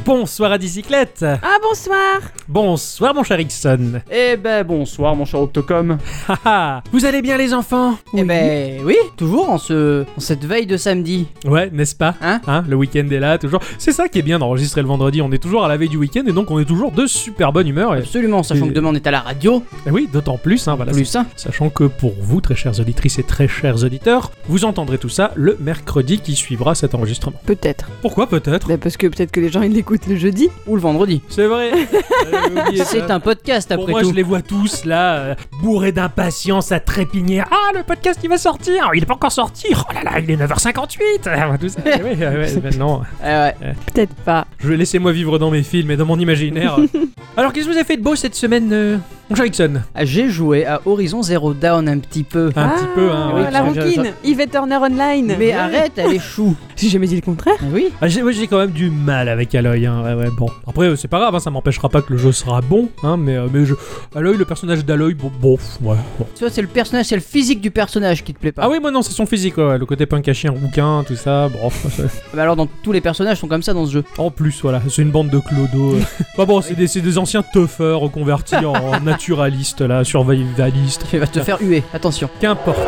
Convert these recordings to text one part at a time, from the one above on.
Bonsoir à Dicyclette. Ah bonsoir. Bonsoir mon cher Ixon. Eh ben bonsoir mon cher Octocom. Vous allez bien les enfants? Eh ben oui, toujours en cette veille de samedi. Ouais, n'est-ce pas? Hein, le week-end est là, toujours. C'est ça qui est bien d'enregistrer le vendredi, on est toujours à la veille du week-end et donc on est toujours de super bonne humeur. Et... Absolument, sachant que demain on est à la radio. Et oui, d'autant plus, voilà. Plus ça. Sachant que pour vous, très chères auditrices et très chers auditeurs, vous entendrez tout ça le mercredi qui suivra cet enregistrement. Peut-être. Pourquoi peut-être? Parce que peut-être que les gens ils l'écoutent le jeudi. Ou le vendredi. C'est vrai. C'est un podcast après pour moi, tout. je les vois tous là, bourrés d'impatience à trépigner. Ah, le podcast il va sortir. Il est pas encore sorti. Oh là là, il est 9h58. Tout ça. Ouais, non. Peut-être pas. Laissez-moi vivre dans mes films et dans mon imaginaire. Alors, qu'est-ce que vous avez fait de beau cette semaine, mon cher Ixon? J'ai joué à Horizon Zero Dawn un petit peu. Un petit peu, hein. Oui, Ouais, la rouquine, Yvette Turner Online. Mais arrête, elle est chou. J'ai jamais dit le contraire. Oui. J'ai quand même du mal avec Aloy, hein. Ouais, bon. Après, c'est pas grave, hein, ça m'empêchera pas que le jeu sera bon, hein, mais Aloy, le personnage d'Aloy, bon. Tu vois, c'est le personnage, c'est le physique du personnage qui te plaît pas. Ah oui, moi non, c'est son physique, ouais, le côté punk à chien, rouquin, tout ça, bon. Bah alors, tous les personnages sont comme ça dans ce jeu. En plus, voilà, c'est une bande de clodos. C'est des anciens toughers reconvertis en naturalistes, là, survivalistes. Il va te faire huer, attention. Qu'importe.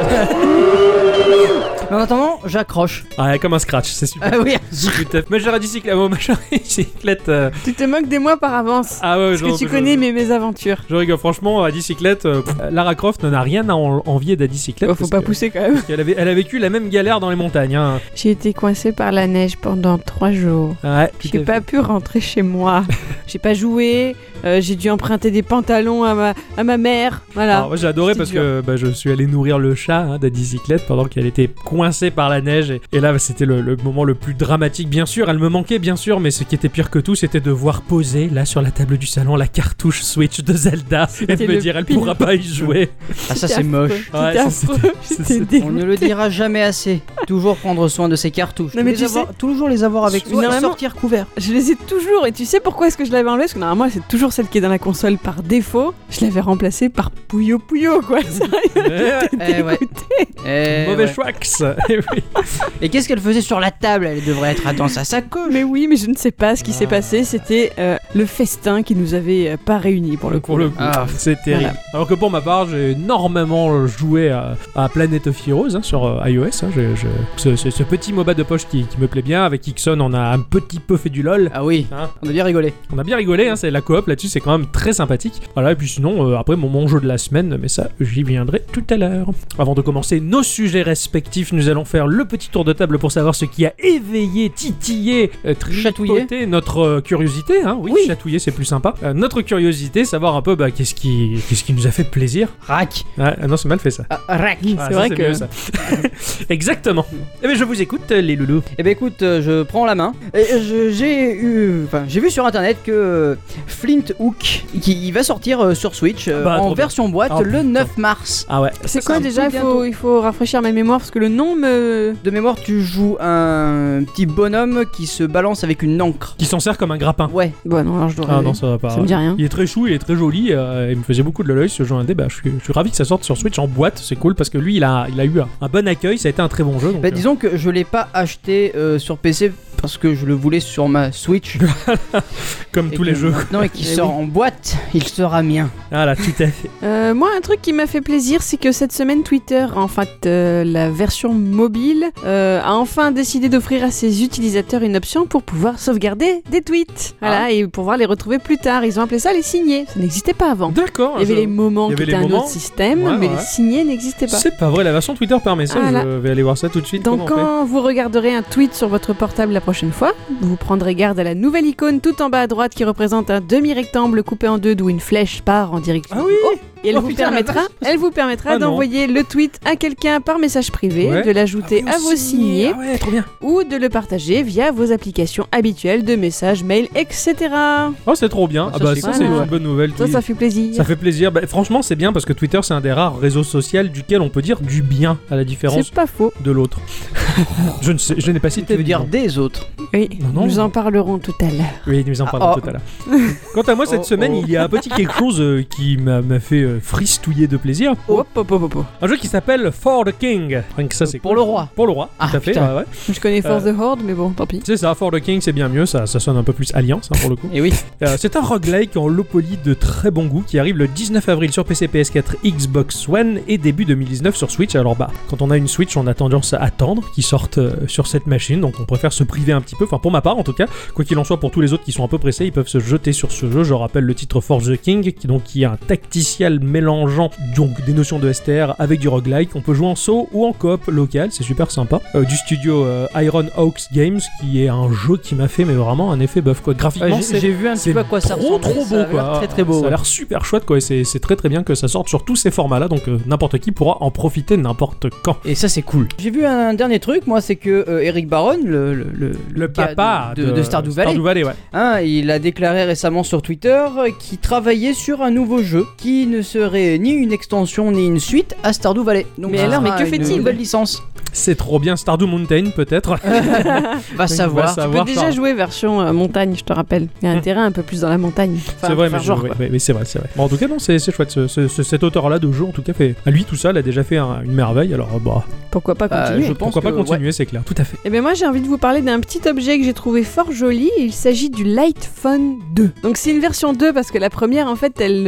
Mais en attendant, j'accroche. Ouais, comme un scratch, c'est super. Ah oui. Ma chère Dicyclette. Tu te moques de moi par avance. Ah ouais, parce que tu connais mes mésaventures. Je rigole, franchement, à Dicyclette, Lara Croft n'en a rien à envier d'Adicyclette. Faut pas pousser quand même. Parce elle a vécu la même galère dans les montagnes. Hein. J'ai été coincée par la neige pendant 3 jours. Ouais, J'ai pas pu rentrer chez moi. J'ai pas joué. J'ai dû emprunter des pantalons à ma mère. Voilà. Alors, moi, j'ai adoré parce que je suis allé nourrir le chat d'Adicyclette pendant qu'elle était coincée par la neige. Et là, c'était le moment le plus dramatique. Bien sûr, elle me manquait, bien sûr, mais ce qui était pire que tout, c'était de voir poser, là, sur la table du salon, la cartouche Switch de Zelda. Et de me dire, elle pourra pas y jouer. Ah, ça, c'est moche. C'était affreux. C'était On ne le dira jamais assez. Toujours prendre soin de ses cartouches. Non, mais toujours les avoir avec soi et sortir couvert. Je les ai toujours. Et tu sais pourquoi est-ce que je l'avais enlevé? Parce que normalement, c'est toujours celle qui est dans la console par défaut. Je l'avais remplacée par Puyo Puyo, quoi. Mauvais choix. Et qu'est-ce qu'elle faisait sur la table? Elle devrait être dans sa sacoche. Mais oui, mais je ne sais pas ce qui s'est passé. C'était le festin qui nous avait pas réunis pour le coup. C'est terrible. Voilà. Alors que pour ma part, j'ai énormément joué à Planet of Heroes sur iOS. Ce petit MOBA de poche qui me plaît bien. Avec Ixon, on a un petit peu fait du LOL. Ah oui, on a bien rigolé. On a bien rigolé, c'est la coop là-dessus, c'est quand même très sympathique. Voilà, et puis sinon, après mon jeu de la semaine, mais ça, j'y viendrai tout à l'heure. Avant de commencer nos sujets respectifs, nous allons faire le petit tour de table pour savoir ce qui a éveillé, titillé, tripoté notre curiosité. Hein. Oui, chatouiller, c'est plus sympa. Notre curiosité, savoir un peu qu'est-ce qui nous a fait plaisir. Rack. Non, c'est mal fait ça. Rack. C'est vrai que... mieux, ça. Exactement. Eh bien, je vous écoute, les loulous. Eh bien, écoute, je prends la main. Et j'ai vu sur internet que Flint Hook, qui va sortir sur Switch en version boîte le 9 mars. Ah ouais. C'est quoi déjà? Il faut rafraîchir ma mémoire parce que le nom me... De mémoire, tu joues un petit bonhomme qui se balance avec une encre. Qui s'en sert comme un grappin. Ouais. Bon, non, alors je dois rêver. Ah non, ça va pas. Ça me dit rien. Il est très chou, il est très joli. Il me faisait beaucoup de l'œil ce jeu indé. Je suis ravi que ça sorte sur Switch en boîte. C'est cool parce que lui, il a eu un bon accueil. Ça a été un très bon jeu. Donc, disons que je l'ai pas acheté sur PC parce que je le voulais sur ma Switch. Comme tous les jeux. Maintenant, et qu'il sort en boîte, il sera mien. Voilà, tout à fait. Moi, un truc qui m'a fait plaisir, c'est que cette semaine, Twitter, en fait, la version mobile, a enfin décidé d'offrir à ses utilisateurs une option pour pouvoir sauvegarder des tweets. Voilà, et pouvoir les retrouver plus tard. Ils ont appelé ça les signés. Ça n'existait pas avant. D'accord. Il y avait les moments qui étaient un autre système, mais les signés n'existaient pas. C'est pas vrai, la version Twitter permet ça. Voilà. Je vais aller voir ça tout de suite. Donc quand vous regarderez un tweet sur votre portable la prochaine fois, vous prendrez garde à la nouvelle icône tout en bas à droite qui représente un demi-rectangle coupé en deux d'où une flèche part en direction du haut. Et elle vous permettra d'envoyer le tweet à quelqu'un par message privé, de l'ajouter à vos signés, trop bien. ou de le partager via vos applications habituelles de messages, mail, etc. Oh, c'est trop bien. C'est une bonne nouvelle. Ça fait plaisir. Ça fait plaisir. Franchement, c'est bien parce que Twitter, c'est un des rares réseaux sociaux duquel on peut dire du bien, à la différence c'est pas faux. de l'autre. Je n'ai pas cité. Tu veux dire des autres? Oui, nous en parlerons tout à l'heure. Oui, nous en parlerons tout à l'heure. Quant à moi, cette semaine, il y a un petit quelque chose qui m'a fait fristouiller de plaisir. Un jeu qui s'appelle For the King. Rien que ça, c'est pour le roi. Pour le roi, tout à fait. Ouais. Je connais For the Horde, mais bon, tant pis. C'est ça, For the King, c'est bien mieux, ça sonne un peu plus Alliance pour le coup. Et oui. C'est un roguelike en low poly de très bon goût qui arrive le 19 avril sur PC, PS4, Xbox One et début 2019 sur Switch. Alors quand on a une Switch, on a tendance à attendre qu'il sorte sur cette machine, donc on préfère se priver un petit peu, enfin pour ma part en tout cas, quoi qu'il en soit, pour tous les autres qui sont un peu pressés, ils peuvent se jeter sur ce jeu. Je rappelle le titre For the King, qui est un tacticiel mélangeant donc des notions de STR avec du roguelike. On peut jouer en solo ou en coop local, c'est super sympa. Du studio Iron Hawks Games, qui est un jeu qui m'a fait mais vraiment un effet bœuf quoi. Graphiquement, j'ai vu un petit peu à quoi ça ressemble. Trop beau quoi. Très très beau. Ça a l'air super chouette quoi. Et c'est très très bien que ça sorte sur tous ces formats là, donc n'importe qui pourra en profiter n'importe quand. Et ça c'est cool. J'ai vu un dernier truc, moi, c'est que Eric Barron, le papa de Stardew Valley, ouais. Hein, il a déclaré récemment sur Twitter qu'il travaillait sur un nouveau jeu qui ne serait ni une extension ni une suite à Stardew Valley. Donc, mais alors, mais que fait-il? Une nouvelle licence. C'est trop bien, Stardew Mountain peut-être. Va savoir. Tu peux déjà jouer version montagne, je te rappelle. Il y a un terrain un peu plus dans la montagne. Enfin, c'est vrai, mais c'est vrai. Bon, en tout cas, non, c'est chouette. Cet auteur-là de jeu, en tout cas, à lui tout seul, a déjà fait une merveille. Alors, pourquoi pas continuer? Je pense pourquoi pas continuer, c'est clair. Tout à fait. Et bien moi, j'ai envie de vous parler d'un petit objet que j'ai trouvé fort joli. Il s'agit du Light Phone 2. Donc c'est une version 2 parce que la première, en fait, elle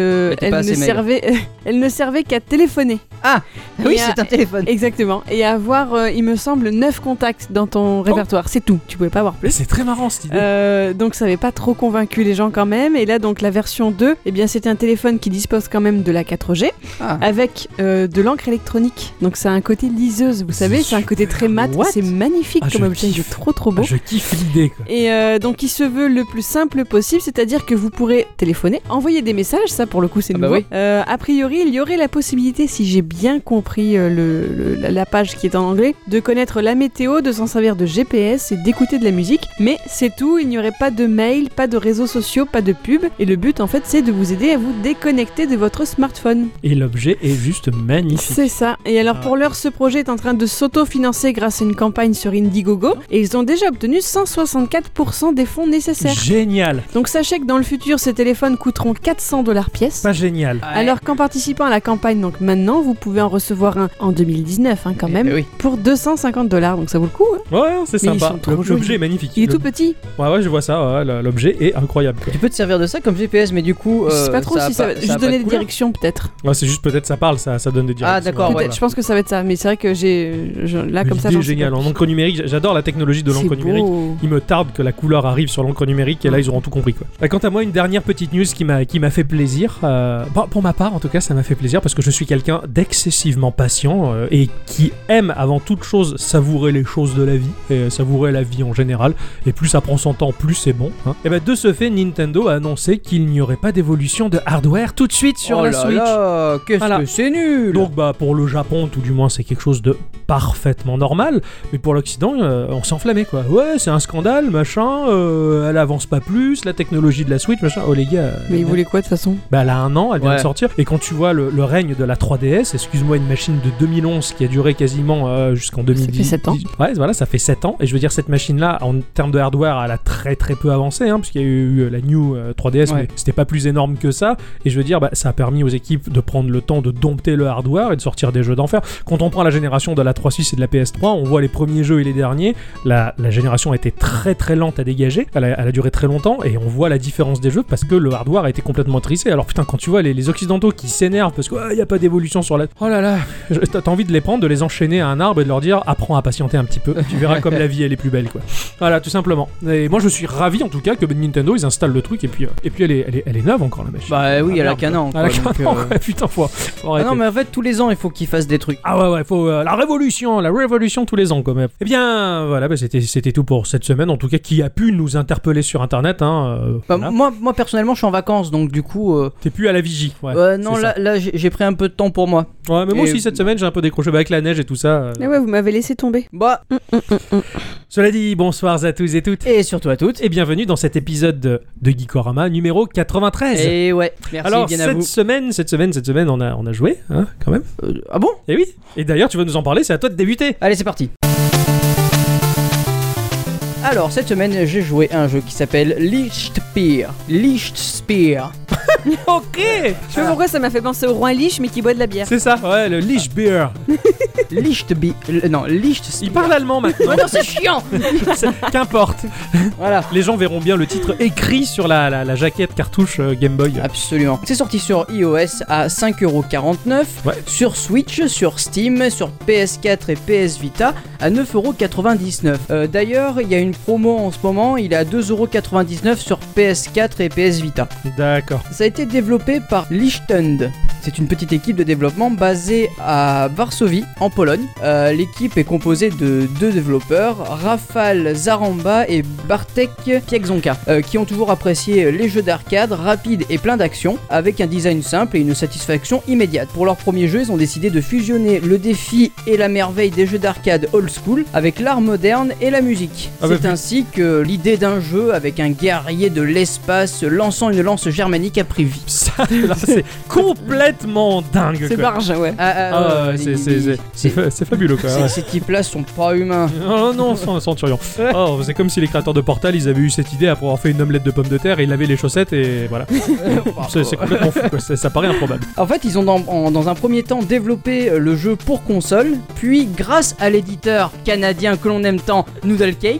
ne servait qu'à téléphoner. Ah oui, c'est un téléphone. Exactement. Et avoir, il me semble, 9 contacts dans ton répertoire. C'est tout. Tu pouvais pas avoir plus. C'est très marrant cette idée. Donc ça n'avait pas trop convaincu les gens quand même. Et là, donc la version 2, eh bien c'est un téléphone qui dispose quand même de la 4G avec de l'encre électronique. Donc ça a un côté liseuse, vous savez, c'est un côté très mat. C'est magnifique comme objet. Il est trop beau. Je kiffe l'idée quoi. Et donc il se veut le plus simple possible, c'est-à-dire que vous pourrez téléphoner, envoyer des messages, ça pour le coup c'est nouveau. Bah oui. A priori, il y aurait la possibilité, si j'ai bien compris la page qui est en anglais, de connaître la météo, de s'en servir de GPS et d'écouter de la musique. Mais c'est tout, il n'y aurait pas de mail, pas de réseaux sociaux, pas de pub. Et le but en fait c'est de vous aider à vous déconnecter de votre smartphone. Et l'objet est juste magnifique. C'est ça. Et alors pour l'heure, ce projet est en train de s'auto-financer grâce à une campagne sur Indiegogo. Et ils ont déjà obtenu 164% des fonds nécessaires. Génial. Donc sachez que dans le futur, ces téléphones coûteront $400 pièce. Pas génial. Alors qu'en participant à la campagne, donc maintenant, vous pouvez en recevoir un en 2019 quand même, pour $250. Donc ça vaut le coup. Ouais, c'est sympa. L'objet est magnifique. Il est tout petit. Ouais, je vois ça. L'objet est incroyable. Tu peux te servir de ça comme GPS, mais du coup, je sais pas trop si ça va juste donner des directions peut-être. Ouais, c'est juste peut-être ça parle, ça donne des directions. Ah d'accord. Je pense que ça va être ça. Mais c'est vrai que là comme ça. C'est génial. En encre numérique, j'adore la technologie de l'encre numérique. Il me tarde que la couleur arrive sur l'encre numérique et là ils auront tout compris quoi. Quant à moi, une dernière petite news qui m'a fait plaisir. Pour ma part, en tout cas, ça m'a fait plaisir parce que je suis quelqu'un d'excessivement patient et qui aime avant toute chose savourer les choses de la vie et savourer la vie en général. Et plus ça prend son temps, plus c'est bon. Hein. Et de ce fait, Nintendo a annoncé qu'il n'y aurait pas d'évolution de hardware tout de suite sur la Switch. Qu'est-ce que c'est nul. Donc pour le Japon, tout du moins, c'est quelque chose de parfaitement normal. Mais pour l'Occident, on s'est enflammé quoi. Ouais, c'est un scandale, machin. Elle avance pas plus. La technologie de la Switch, machin. Oh les gars. Mais ils voulaient quoi de toute façon? Elle a un an, elle vient de sortir. Et quand tu vois le règne de la 3DS, excuse-moi, une machine de 2011 qui a duré quasiment jusqu'en 2010. Ça fait 7 ans. Ouais, voilà, ça fait 7 ans. Et je veux dire, cette machine-là, en termes de hardware, elle a très très peu avancé, hein, puisqu'il y a eu la New 3DS, mais c'était pas plus énorme que ça. Et je veux dire, ça a permis aux équipes de prendre le temps de dompter le hardware et de sortir des jeux d'enfer. Quand on prend la génération de la 3.6 et de la PS3, on voit les premiers jeux et les derniers. La génération a été très très lente à dégager. Elle a duré très longtemps et on voit la différence des jeux parce que le hardware a été complètement trissé. Alors putain, quand tu vois les occidentaux qui s'énervent parce qu'il n'y a pas d'évolution sur la... Oh là là, t'as envie de les prendre, de les enchaîner à un arbre et de leur dire apprends à patienter un petit peu. Tu verras comme la vie elle est plus belle quoi. Voilà, tout simplement. Et moi je suis ravi en tout cas que Nintendo ils installent le truc et puis elle est neuve encore la machine. Bah oui, elle a qu'un an. Putain, faut arrêter. Non mais en fait tous les ans il faut qu'ils fassent des trucs. Ah ouais, faut la révolution tous les ans quand même. Eh bien voilà, c'était tout pour cette semaine en tout cas, qui a pu nous interpeller sur internet. Voilà. Moi personnellement je suis en vacances donc du coup. T'es plus à la vigie. Non là j'ai pris un peu de temps pour moi. Ouais mais moi aussi cette semaine j'ai un peu décroché avec la neige et tout ça. Mais ouais, vous m'avez laissé tomber. Cela dit, bonsoir à tous et toutes. Et surtout à toutes. Et bienvenue dans cet épisode de Geekorama numéro 93. Et ouais, merci. Alors bien à vous. cette semaine on a joué, hein, quand même. Ah bon? Et oui. Et d'ailleurs tu vas nous en parler, c'est à toi de débuter. Allez c'est parti. Alors cette semaine j'ai joué à un jeu qui s'appelle Lichtspeer. Ok. Je sais pas pourquoi ça m'a fait penser au roi Lich mais qui boit de la bière. C'est ça, ouais, le Lich Beer. Licht. Il parle allemand maintenant. Oh non, c'est chiant. Qu'importe. Voilà. Les gens verront bien le titre écrit sur la jaquette cartouche Game Boy. Absolument. C'est sorti sur iOS à 5,49€, Ouais. sur Switch, sur Steam, sur PS4 et PS Vita à 9,99€. D'ailleurs, il y a une promo en ce moment, il est à 2,99€ sur PS4 et PS Vita. D'accord. Ça a été développé par Lichtund. C'est une petite équipe de développement basée à Varsovie, en Pologne. L'équipe est composée de 2 développeurs, Rafal Zaramba et Bartek Piekzonka, qui ont toujours apprécié les jeux d'arcade rapides et plein d'action, avec un design simple et une satisfaction immédiate. Pour leur premier jeu, ils ont décidé de fusionner le défi et la merveille des jeux d'arcade old school avec l'art moderne et la musique. C'est ainsi que l'idée d'un jeu avec un guerrier de l'espace lançant une lance germanique a pris vie. Ça, là, c'est complètement dingue. C'est quoi. barge, ouais. C'est fabuleux quoi. Ouais. Ces types-là sont pas humains. Oh non, Centurion. Oh, c'est comme si les créateurs de Portal ils avaient eu cette idée après avoir fait une omelette de pommes de terre et ils lavaient les chaussettes et voilà. C'est complètement fou quoi. Ça paraît improbable. En fait, ils ont dans un premier temps développé le jeu pour console, puis grâce à l'éditeur canadien que l'on aime tant, Noodle Cake.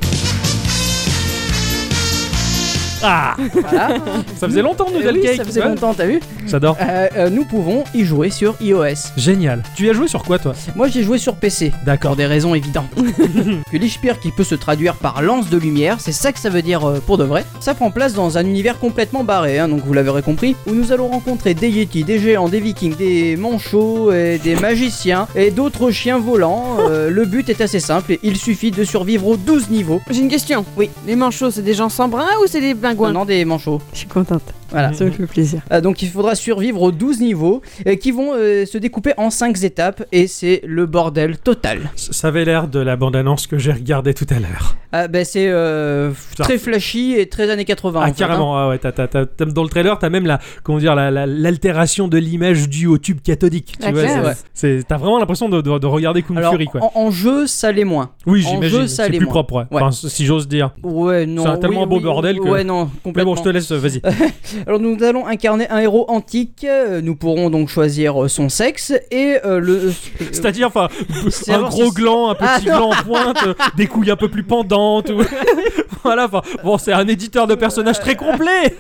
Ah, Voilà. ça faisait longtemps Noodle Cake. Ça faisait ouais. longtemps, t'as vu? J'adore. Nous pouvons y jouer sur iOS. Génial. Tu y as joué sur quoi toi? Moi, j'ai joué sur PC. Pour D'accord. des raisons évidentes. Que l'Ishpir qui peut se traduire par lance de lumière, c'est ça que ça veut dire pour de vrai. Ça prend place dans un univers complètement barré, hein, donc vous l'avez compris, où nous allons rencontrer des Yetis, des géants, des vikings, des manchots, et des magiciens et d'autres chiens volants. Le but est assez simple, il suffit de survivre aux 12 niveaux. J'ai une question. Oui. Les manchots, c'est des gens sans bras ou c'est des pingouins? Non, des manchots. Je suis contente. Voilà. Ça me fait plaisir. Donc il faudra survivre aux 12 niveaux qui vont se découper en 5 étapes et c'est le bordel total. Ça avait l'air de la bande-annonce que j'ai regardée tout à l'heure. C'est très flashy et très années 80. Ah en fait, carrément, hein. ouais, dans le trailer, t'as même l'altération de l'image due au tube cathodique. Tu Ah, vois, clair. t'as vraiment l'impression de regarder Kung Alors, Fury quoi. en jeu, ça l'est moins. Oui, en j'imagine. jeu, ça C'est l'est plus moins. propre, ouais. Ouais. Enfin, si j'ose dire. Ouais, non. C'est un tellement beau bordel que- Ouais, non, Mais complètement. bon, je te laisse, vas-y. Alors nous allons incarner un héros antique. Nous pourrons donc choisir son sexe et C'est-à-dire, enfin, C'est un avoir gros ce- gland, un petit Ah, gland en pointe, des couilles un peu plus pendantes. Voilà, enfin, bon, c'est un éditeur de personnages très complet.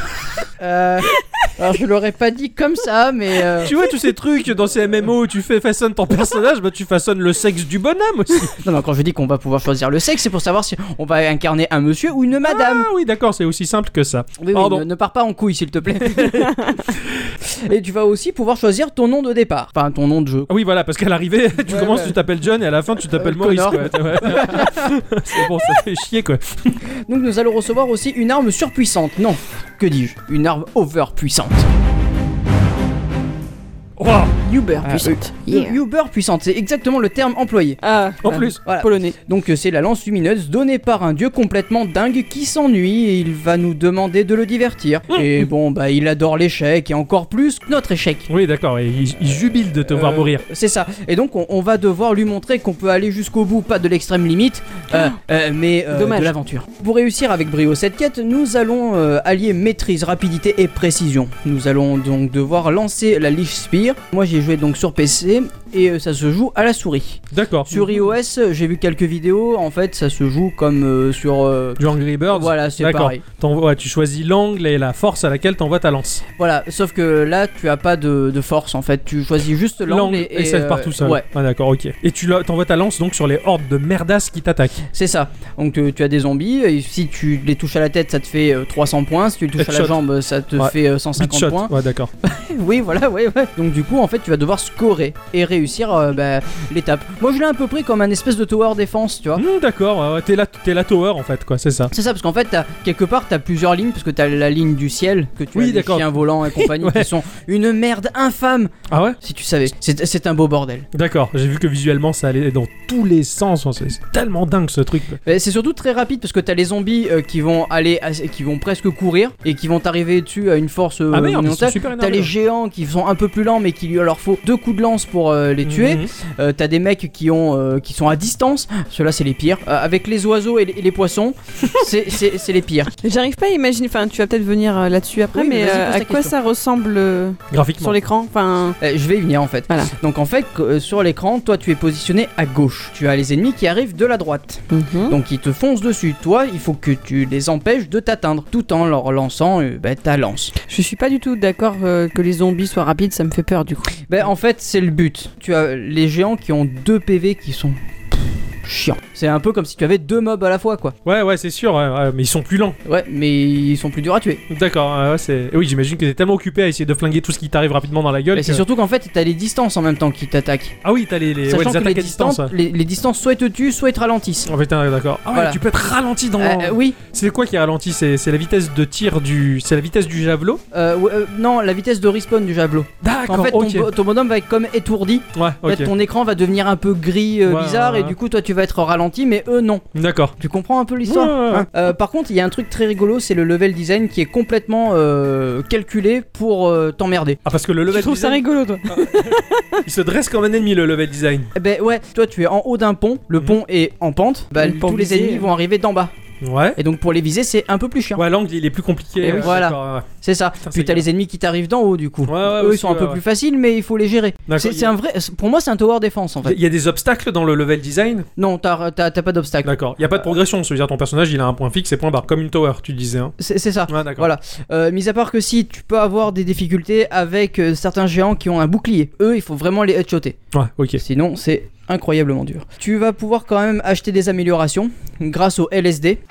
alors je l'aurais pas dit comme ça, mais Tu vois tous ces trucs dans ces MMO où tu façonnes ton personnage, bah tu façonnes le sexe du bonhomme aussi. non, quand je dis qu'on va pouvoir choisir le sexe, c'est pour savoir si on va incarner un monsieur ou une madame. Ah oui, d'accord, c'est aussi simple que ça. Oui, Pardon. ne pars pas en couille, s'il te plaît. Et tu vas aussi pouvoir choisir ton nom de départ, enfin ton nom de jeu. Ah oui, voilà, parce qu'à l'arrivée, tu Ouais, commences, ouais. tu t'appelles John et à la fin, tu t'appelles Maurice. Connor. Quoi. Ouais. C'est bon, ça fait chier quoi. Donc nous allons recevoir aussi une arme surpuissante. Non, que dis-je, une arme overpuissante. Wow. Uber puissante. Yeah. Uber puissante, c'est exactement le terme employé. Ah, En plus. Voilà. polonais. Donc c'est la lance lumineuse donnée par un dieu complètement dingue qui s'ennuie et il va nous demander de le divertir. Et bon bah il adore l'échec et encore plus que notre échec. Oui, d'accord, et il jubile de te voir mourir. C'est ça. Et donc on va devoir lui montrer qu'on peut aller jusqu'au bout, pas de l'extrême limite, mais Dommage. de l'aventure. Pour réussir avec brio cette quête, nous allons allier maîtrise, rapidité et précision. Nous allons donc devoir lancer la Lich Spear. Moi j'ai joué donc sur PC et ça se joue à la souris. D'accord. Sur iOS, j'ai vu quelques vidéos, en fait ça se joue comme sur... Du Angry Birds. Voilà, c'est D'accord. pareil. Ouais, tu choisis l'angle et la force à laquelle t'envoies ta lance. Voilà, sauf que là tu as pas de force en fait, tu choisis juste l'angle Et ça part tout seul. Ouais, Ah d'accord, ok. Et t'envoies ta lance donc sur les hordes de merdasses qui t'attaquent. c'est ça. Donc tu as des zombies, et si tu les touches à la tête ça te fait 300 points, si tu les touches à la Headshot. jambe ça te Ouais. fait 150 Beat shot. points. Ouais, d'accord. Oui, voilà, ouais. Donc du coup en fait tu vas devoir scorer et réussir l'étape. Moi je l'ai un peu pris comme un espèce de tower défense, tu vois. D'accord, ouais, t'es la tower en fait, quoi, c'est ça. C'est ça, parce qu'en fait, quelque part, t'as plusieurs lignes, parce que t'as la ligne du ciel, que tu Oui, as les d'accord. chiens volants et compagnie, Ouais. qui sont une merde infâme, Ah ouais. si tu savais. C'est un beau bordel. D'accord, j'ai vu que visuellement ça allait dans tous les sens, c'est tellement dingue ce truc. Mais c'est surtout très rapide, parce que t'as les zombies qui vont qui vont presque courir, et qui vont t'arriver dessus à une force Ah merde, ils sont monumentale. super T'as énervés. les géants qui sont un peu plus lents, mais qui lui leur faut 2 coups de lance pour les tuer. T'as des mecs qui sont à distance. Ceux-là, c'est les pires. Avec les oiseaux et les poissons, c'est les pires. J'arrive pas à imaginer, enfin tu vas peut-être venir là-dessus après, Oui, mais vas-y, pose ta à quoi question. ça ressemble Graphiquement. sur l'écran, enfin... Je vais y venir en fait. Voilà. Donc en fait, sur l'écran, toi tu es positionné à gauche. Tu as les ennemis qui arrivent de la droite. Donc ils te foncent dessus. Toi, il faut que tu les empêches de t'atteindre tout en leur lançant ta lance. Je suis pas du tout d'accord que les zombies soient rapides, ça me fait peur du coup. En fait, c'est le but. Tu as les géants qui ont 2 PV qui sont chiants. C'est un peu comme si tu avais 2 mobs à la fois, quoi. Ouais, c'est sûr, ouais, mais ils sont plus lents. Ouais, mais ils sont plus durs à tuer. D'accord, oui, j'imagine que t'es tellement occupé à essayer de flinguer tout ce qui t'arrive rapidement dans la gueule. Mais c'est surtout qu'en fait, t'as les distances en même temps qui t'attaquent. Ah oui, t'as les Sachant que attaques à distance. Ouais. les distances, soit ils te tuent, soit ils te ralentissent. Oh putain, d'accord. Ah ouais, Voilà. tu peux être ralenti dans. Oui. C'est quoi qui est ralenti? C'est la vitesse de tir du. C'est la vitesse du javelot? Non, la vitesse de respawn du javelot. D'accord, En fait, ok. ton bonhomme va être comme étourdi. Ouais, En fait, ok. ton écran va devenir un peu gris, bizarre, et du coup, toi, tu vas être ralenti, mais eux, non. D'accord. Tu comprends un peu l'histoire? Ouais. Par contre, il y a un truc très rigolo, c'est le level design qui est complètement calculé pour t'emmerder. Ah, parce que le Je level trouve ça design, rigolo toi. il se dresse comme un ennemi, le level design. Ouais, toi, tu es en haut d'un pont, le pont est en pente, Pour tous les viser, ennemis vont arriver d'en bas. Ouais. Et donc, pour les viser, c'est un peu plus chiant. Ouais, l'angle il est plus compliqué. Et oui, voilà. d'accord, ouais. C'est ça. Putain, Puis c'est t'as grave. les ennemis qui t'arrivent d'en haut, du coup. Ouais, Eux, aussi, ils sont un peu ouais. plus faciles, mais il faut les gérer. D'accord, C'est un vrai. Pour moi, c'est un tower defense en fait. Il y a des obstacles dans le level design? Non, t'as pas d'obstacle. D'accord. Il y a pas de progression, ça veut dire ton personnage il a un point fixe et point barre, comme une tower, tu disais. Hein. C'est ça. Ouais, d'accord. Voilà. Mis à part que si tu peux avoir des difficultés avec certains géants qui ont un bouclier, eux, il faut vraiment les headshotter. Ouais, ok. Sinon, c'est incroyablement dur. Tu vas pouvoir quand même acheter des améliorations grâce au LSD.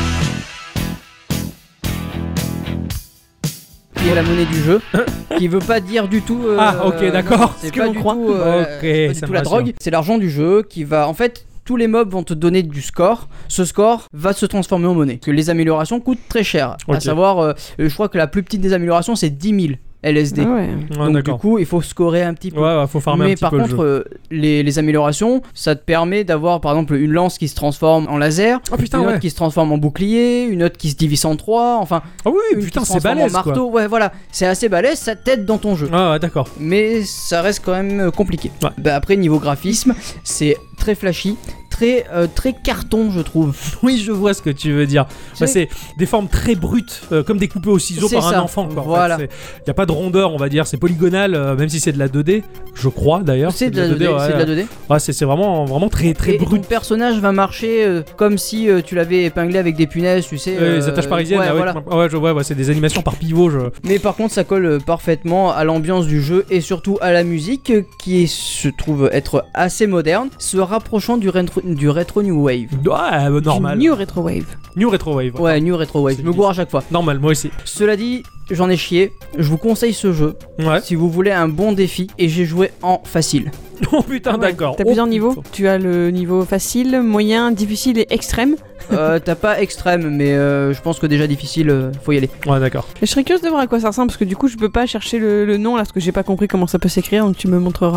Qui est la monnaie du jeu, qui veut pas dire du tout. Ah, ok, d'accord. non, Ce C'est que pas l'on du croit. tout, Ok, pas du ça tout me la rassure. drogue. C'est l'argent du jeu qui va. En fait, tous les mobs vont te donner du score. Ce score va se transformer en monnaie. Parce que les améliorations coûtent très cher. Ok. À savoir, je crois que la plus petite des améliorations, c'est 10 000 LSD. Ah ouais. Ouais, Donc, du d'accord. coup, il faut scorer un petit peu. Ouais, faut farmer un Mais petit par peu le contre, jeu. les améliorations, ça te permet d'avoir par exemple une lance qui se transforme en laser, Oh putain, une ouais. autre qui se transforme en bouclier, une autre qui se divise en 3, enfin Ah oui, une putain, qui se c'est transforme balèze en quoi. marteau. Ouais, voilà, c'est assez balèze, ça t'aide dans ton jeu. Ah ouais, d'accord. Mais ça reste quand même compliqué. Ouais. Bah, après, niveau graphisme, c'est très flashy, très carton, je trouve. Oui, je vois ce que tu veux dire. Bah, c'est des formes très brutes, comme découpées au ciseau C'est par un ça, enfant. Quoi. voilà. Il n'y a pas de rondeur, on va dire. C'est polygonal, même si c'est de la 2D, je crois d'ailleurs. C'est de la 2D, ouais. c'est de la 2D. Ouais, c'est vraiment très Et ton brut. personnage va marcher comme si tu l'avais épinglé avec des punaises, tu sais. Les attaches parisiennes, ouais, ah ouais, voilà. ouais, je vois, ouais, c'est des animations par pivot. Mais par contre, ça colle parfaitement à l'ambiance du jeu et surtout à la musique qui se trouve être assez moderne, se rapprochant du rétro new wave. Ouais, normal. New Retro Wave. New Retro Wave. Ouais, new retro wave. C'est Je me gourre à chaque fois. Normal, moi aussi. Cela dit, j'en ai chié. Je vous conseille ce jeu Ouais. si vous voulez un bon défi et j'ai joué en facile. Oh putain, Ah ouais. d'accord. T'as Oh, plusieurs niveaux. putain. Tu as le niveau facile, moyen, difficile et extrême. T'as pas extrême, mais je pense que déjà difficile, faut y aller. Ouais, d'accord. Et je serais curieuse de voir à quoi ça ressemble parce que du coup je peux pas chercher le nom là parce que j'ai pas compris comment ça peut s'écrire donc tu me montreras.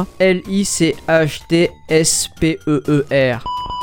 LICHTSPEER.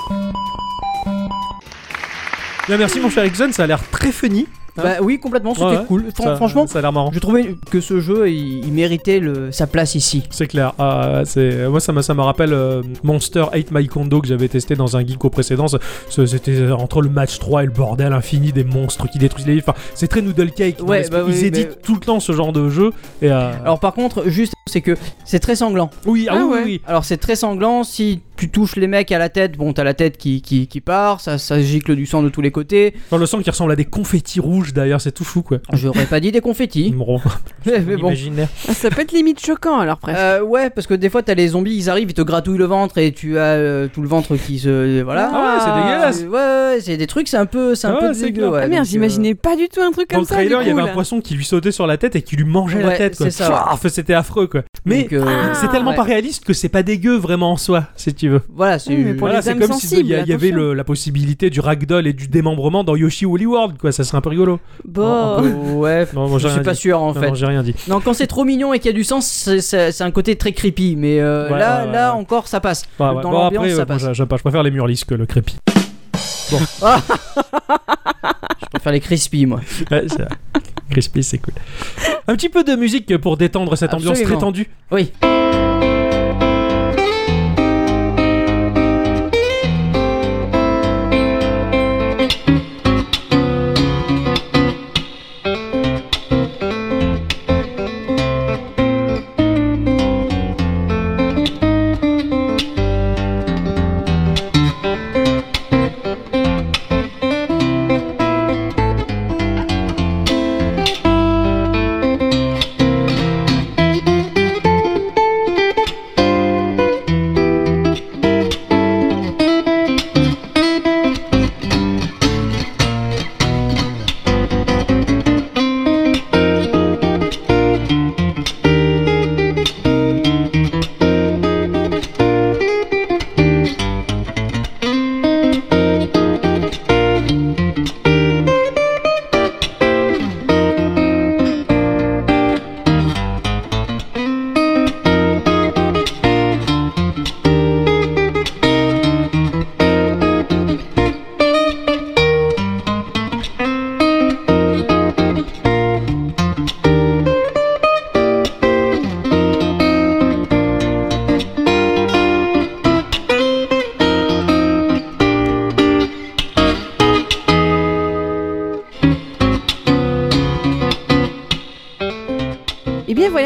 Bien, merci mon cher Exxon, ça a l'air très funny. Bah oui, complètement, c'était Ouais, cool. Franchement, ça a l'air marrant. je trouvais que ce jeu il méritait sa place ici. C'est clair. Moi, ça me rappelle Monster 8 My Kondo que j'avais testé dans un geeko précédent. C'était entre le match 3 et le bordel infini des monstres qui détruisent les livres. Enfin, c'est très noodle cake. Ouais, Parce bah qu'ils oui, éditent mais- tout le temps ce genre de jeu. Et, Alors par contre, juste, c'est que c'est très sanglant. oui, Ah oui, ouais. oui. Alors c'est très sanglant, si tu touches les mecs à la tête, bon t'as la tête qui part, ça gicle du sang de tous les côtés. Dans le sang qui ressemble à des confettis rouges d'ailleurs, c'est tout fou quoi. J'aurais pas dit des confettis, Bon, mais bon. imaginaire. Ah, ça peut être limite choquant alors presque. Ouais, parce que des fois t'as les zombies, ils arrivent, ils te gratouillent le ventre et tu as tout le ventre qui se... Voilà. Ah ouais, c'est dégueulasse. Ouais, c'est des trucs, c'est un peu Ah ouais, c'est dégueu, clair. ouais, Ah merde, donc, j'imaginais pas du tout un truc Dans comme le ça. trailer, il y du coup, avait un là. poisson qui lui sautait sur la tête et qui lui mangeait la Ouais, tête quoi. c'est ça, ouais. Pfff, c'était affreux quoi. Mais donc, c'est tellement ouais. pas réaliste que c'est pas dégueu vraiment en soi, si tu veux. Voilà, c'est... Oui, mais pour Voilà, les c'est âmes comme si sensibles, il y avait attention. la possibilité du ragdoll et du démembrement dans Yoshi Woolly World, quoi. Ça serait un peu rigolo. Bon. Ouais, Non, moi, je j'ai suis rien pas dit. sûr en Non, fait. non, j'ai rien dit. Non, quand c'est trop mignon et qu'il y a du sens, c'est un côté très creepy, mais là ouais. encore ça passe. Ouais, ouais. Dans Bon, l'ambiance, après, ça passe. je préfère les murlis que le crépi. Je préfère les crispy, moi. Ouais, c'est... Crispy, c'est cool. Un petit peu de musique pour détendre cette ambiance Absolument. très tendue. Oui.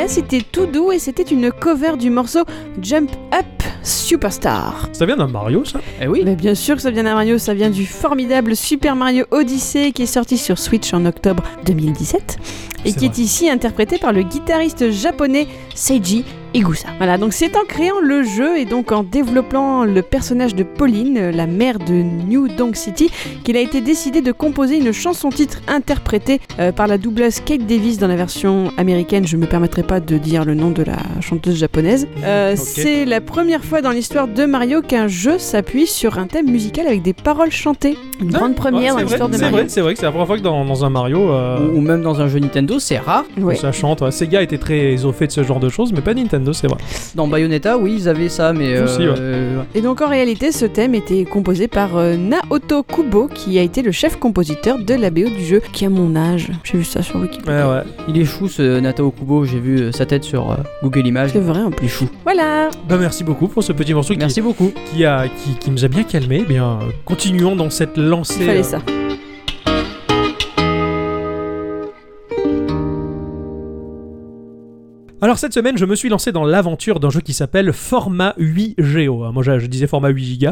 c'était tout doux et c'était une cover du morceau Jump Up Superstar. Ça vient d'un Mario, ça? Eh oui. Mais bien sûr que ça vient d'un Mario, ça vient du formidable Super Mario Odyssey qui est sorti sur Switch en octobre 2017 et qui est ici interprété par le guitariste japonais Seiji Igusa. Voilà, donc c'est en créant le jeu et donc en développant le personnage de Pauline, la mère de New Donk City, qu'il a été décidé de composer une chanson-titre interprétée par la doubleuse Kate Davis dans la version américaine. Je ne me permettrai pas de dire le nom de la chanteuse japonaise. C'est la première fois dans l'histoire de Mario qu'un jeu s'appuie sur un thème musical avec des paroles chantées. Une grande première dans l'histoire de Mario. C'est vrai que c'est la première fois que dans un Mario... Ou même dans un jeu Nintendo, c'est rare. Ouais. Ça chante. Ouais. Sega était très au fait de ce genre de choses, mais pas Nintendo, c'est vrai. Dans Bayonetta, oui, ils avaient ça, mais... Aussi, ouais. Et donc en réalité, ce thème était composé par Naoto Kubo, qui a été le chef compositeur de la BO du jeu, qui a mon âge. J'ai vu ça sur Wikipédia. Ouais. Il est chou ce Natao Kubo, j'ai vu sa tête sur Google Images. C'est vrai en Il est plus. chou. Voilà. Bah merci beaucoup pour ce petit morceau Merci beaucoup. qui nous a bien calmé. Bien, continuons dans cette lancée. Il fallait ça. Alors cette semaine, je me suis lancé dans l'aventure d'un jeu qui s'appelle Format 8 Geo. Moi je disais format 8 gigas,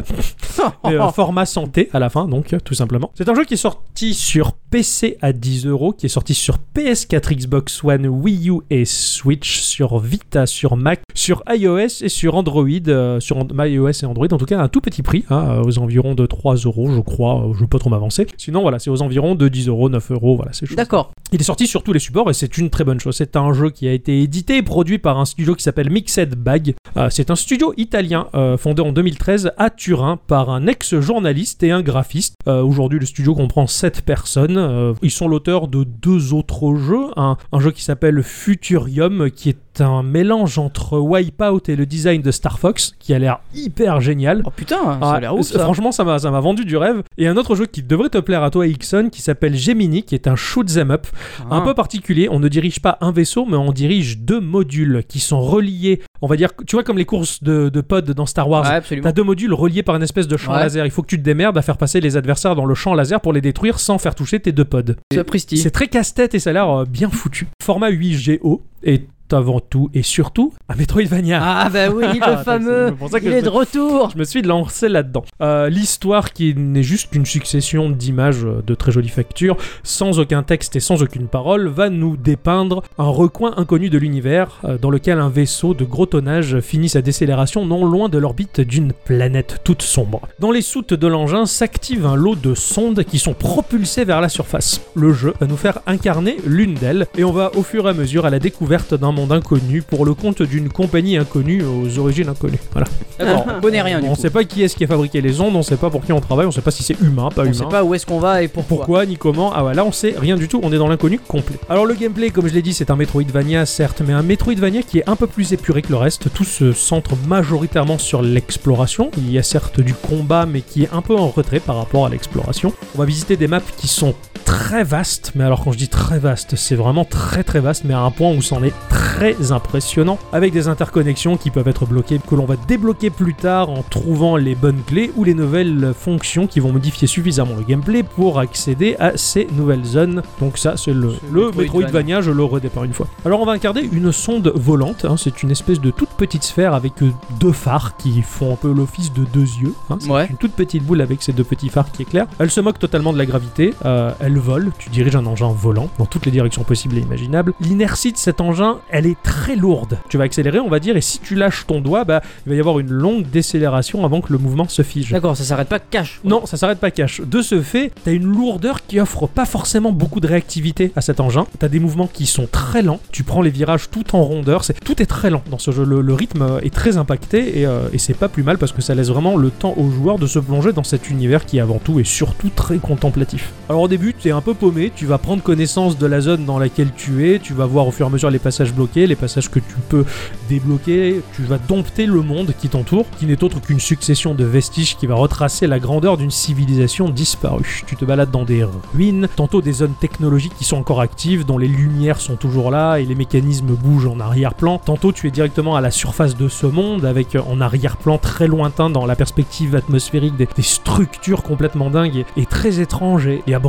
format santé à la fin, donc tout simplement. C'est un jeu qui est sorti sur PC à 10€, qui est sorti sur PS4, Xbox One, Wii U et Switch, sur Vita, sur Mac, sur iOS et sur Android, sur iOS et Android, en tout cas à un tout petit prix, aux environs de 3€, je crois, je ne vais pas trop m'avancer. Sinon voilà, c'est aux environs de 10€, 9€, voilà, c'est chaud. D'accord. Il est sorti sur tous les supports et c'est une très bonne chose. C'est un jeu qui a été édité et produit par un studio qui s'appelle Mixed Bag. C'est un studio italien fondé en 2013 à Turin par un ex-journaliste et un graphiste. Aujourd'hui, le studio comprend 7 personnes. Ils sont l'auteur de 2 autres jeux. Un jeu qui s'appelle Futurium, qui est un mélange entre Wipeout et le design de Star Fox, qui a l'air hyper génial. Oh putain, ça a l'air ouf ça. Franchement, ça m'a vendu du rêve. Et un autre jeu qui devrait te plaire à toi, Ixon, qui s'appelle Gemini, qui est un shoot 'em up un peu particulier. On ne dirige pas un vaisseau, mais on dirige 2 modules qui sont reliés. On va dire, tu vois, comme les courses de pod dans Star Wars. Ouais, absolument. T'as 2 modules reliés par une espèce de champ laser. Il faut que tu te démerdes à faire passer les adversaires dans le champ laser pour les détruire sans faire toucher tes 2 pods. C'est très casse-tête et ça a l'air bien foutu. Format 8 Go est avant tout et surtout un Metroidvania. Ah bah oui, le fameux. Il est de retour. Je me suis lancé là-dedans. L'histoire qui n'est juste qu'une succession d'images de très jolie facture, sans aucun texte et sans aucune parole, va nous dépeindre un recoin inconnu de l'univers dans lequel un vaisseau de gros tonnage finit sa décélération non loin de l'orbite d'une planète toute sombre. Dans les soutes de l'engin s'active un lot de sondes qui sont propulsées vers la surface. Le jeu va nous faire incarner l'une d'elles et on va au fur et à mesure à la découverte d'un monde inconnu pour le compte d'une compagnie inconnue aux origines inconnues. Voilà. D'accord, on connaît rien du On coup. sait pas qui est-ce qui a fabriqué les ondes, on sait pas pour qui on travaille, on sait pas si c'est humain, pas On humain. sait pas où est-ce qu'on va et pourquoi Ni comment. Ah ouais, là on sait rien du tout, on est dans l'inconnu complet. Alors le gameplay, comme je l'ai dit, c'est un Metroidvania certes, mais un Metroidvania qui est un peu plus épuré que le reste. Tout se centre majoritairement sur l'exploration. Il y a certes du combat, mais qui est un peu en retrait par rapport à l'exploration. On va visiter des maps qui sont très vastes, mais alors quand je dis très vaste, c'est vraiment très très vaste, mais à un point où c'en est très impressionnant, avec des interconnexions qui peuvent être bloquées, que l'on va débloquer plus tard en trouvant les bonnes clés ou les nouvelles fonctions qui vont modifier suffisamment le gameplay pour accéder à ces nouvelles zones. Donc ça, c'est le Metroidvania, je le redépeins une fois. Alors on va incarner une sonde volante, c'est une espèce de toute petite sphère avec 2 phares qui font un peu l'office de 2 yeux. C'est une toute petite boule avec ces 2 petits phares qui éclairent. Elle se moque totalement de la gravité, elle vole, tu diriges un engin volant dans toutes les directions possibles et imaginables. L'inertie de cet engin, elle est très lourde. Tu vas accélérer, on va dire, et si tu lâches ton doigt, il va y avoir une longue décélération avant que le mouvement se fige. D'accord, ça s'arrête pas cash. Non, ça s'arrête pas cash. De ce fait, t'as une lourdeur qui offre pas forcément beaucoup de réactivité à cet engin. T'as des mouvements qui sont très lents, tu prends les virages tout en rondeur, tout est très lent dans ce jeu. Le rythme est très impacté et c'est pas plus mal parce que ça laisse vraiment le temps aux joueurs de se plonger dans cet univers qui avant tout est surtout très contemplatif. Alors au début, t'es un peu paumé, tu vas prendre connaissance de la zone dans laquelle tu es, tu vas voir au fur et à mesure les passages bloqués, les passages que tu peux débloquer, tu vas dompter le monde qui t'entoure, qui n'est autre qu'une succession de vestiges qui va retracer la grandeur d'une civilisation disparue. Tu te balades dans des ruines, tantôt des zones technologiques qui sont encore actives, dont les lumières sont toujours là et les mécanismes bougent en arrière-plan, tantôt tu es directement à la surface de ce monde avec en arrière-plan très lointain dans la perspective atmosphérique des structures complètement dingues et très étranges et abandonnées,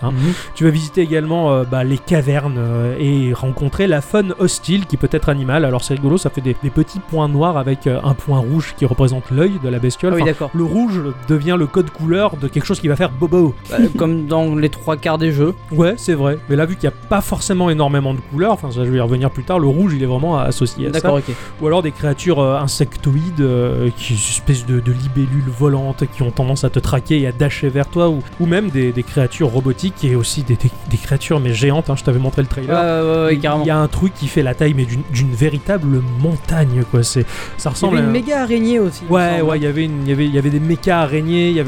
hein. Tu vas visiter également les cavernes et rencontrer la faune hostile qui peut être animale. Alors c'est rigolo, ça fait des petits points noirs avec un point rouge qui représente l'œil de la bestiole. Ah oui, d'accord. Le rouge devient le code couleur de quelque chose qui va faire bobo. Comme dans les 3/4 des jeux. Ouais, c'est vrai. Mais là, vu qu'il n'y a pas forcément énormément de couleurs, enfin ça je vais y revenir plus tard, le rouge il est vraiment associé à ça. D'accord, ok. Ou alors des créatures insectoïdes, qui sont une espèce de libellules volantes qui ont tendance à te traquer et à dasher vers toi, ou même des créatures robotiques et aussi des créatures mais géantes, hein, je t'avais montré le trailer. Ouais, carrément. Il y a un truc qui fait la taille mais d'une véritable montagne, quoi. Ça Il y ressemble avait une à... méga araignée aussi. Ouais, il y avait des méca araignées, il y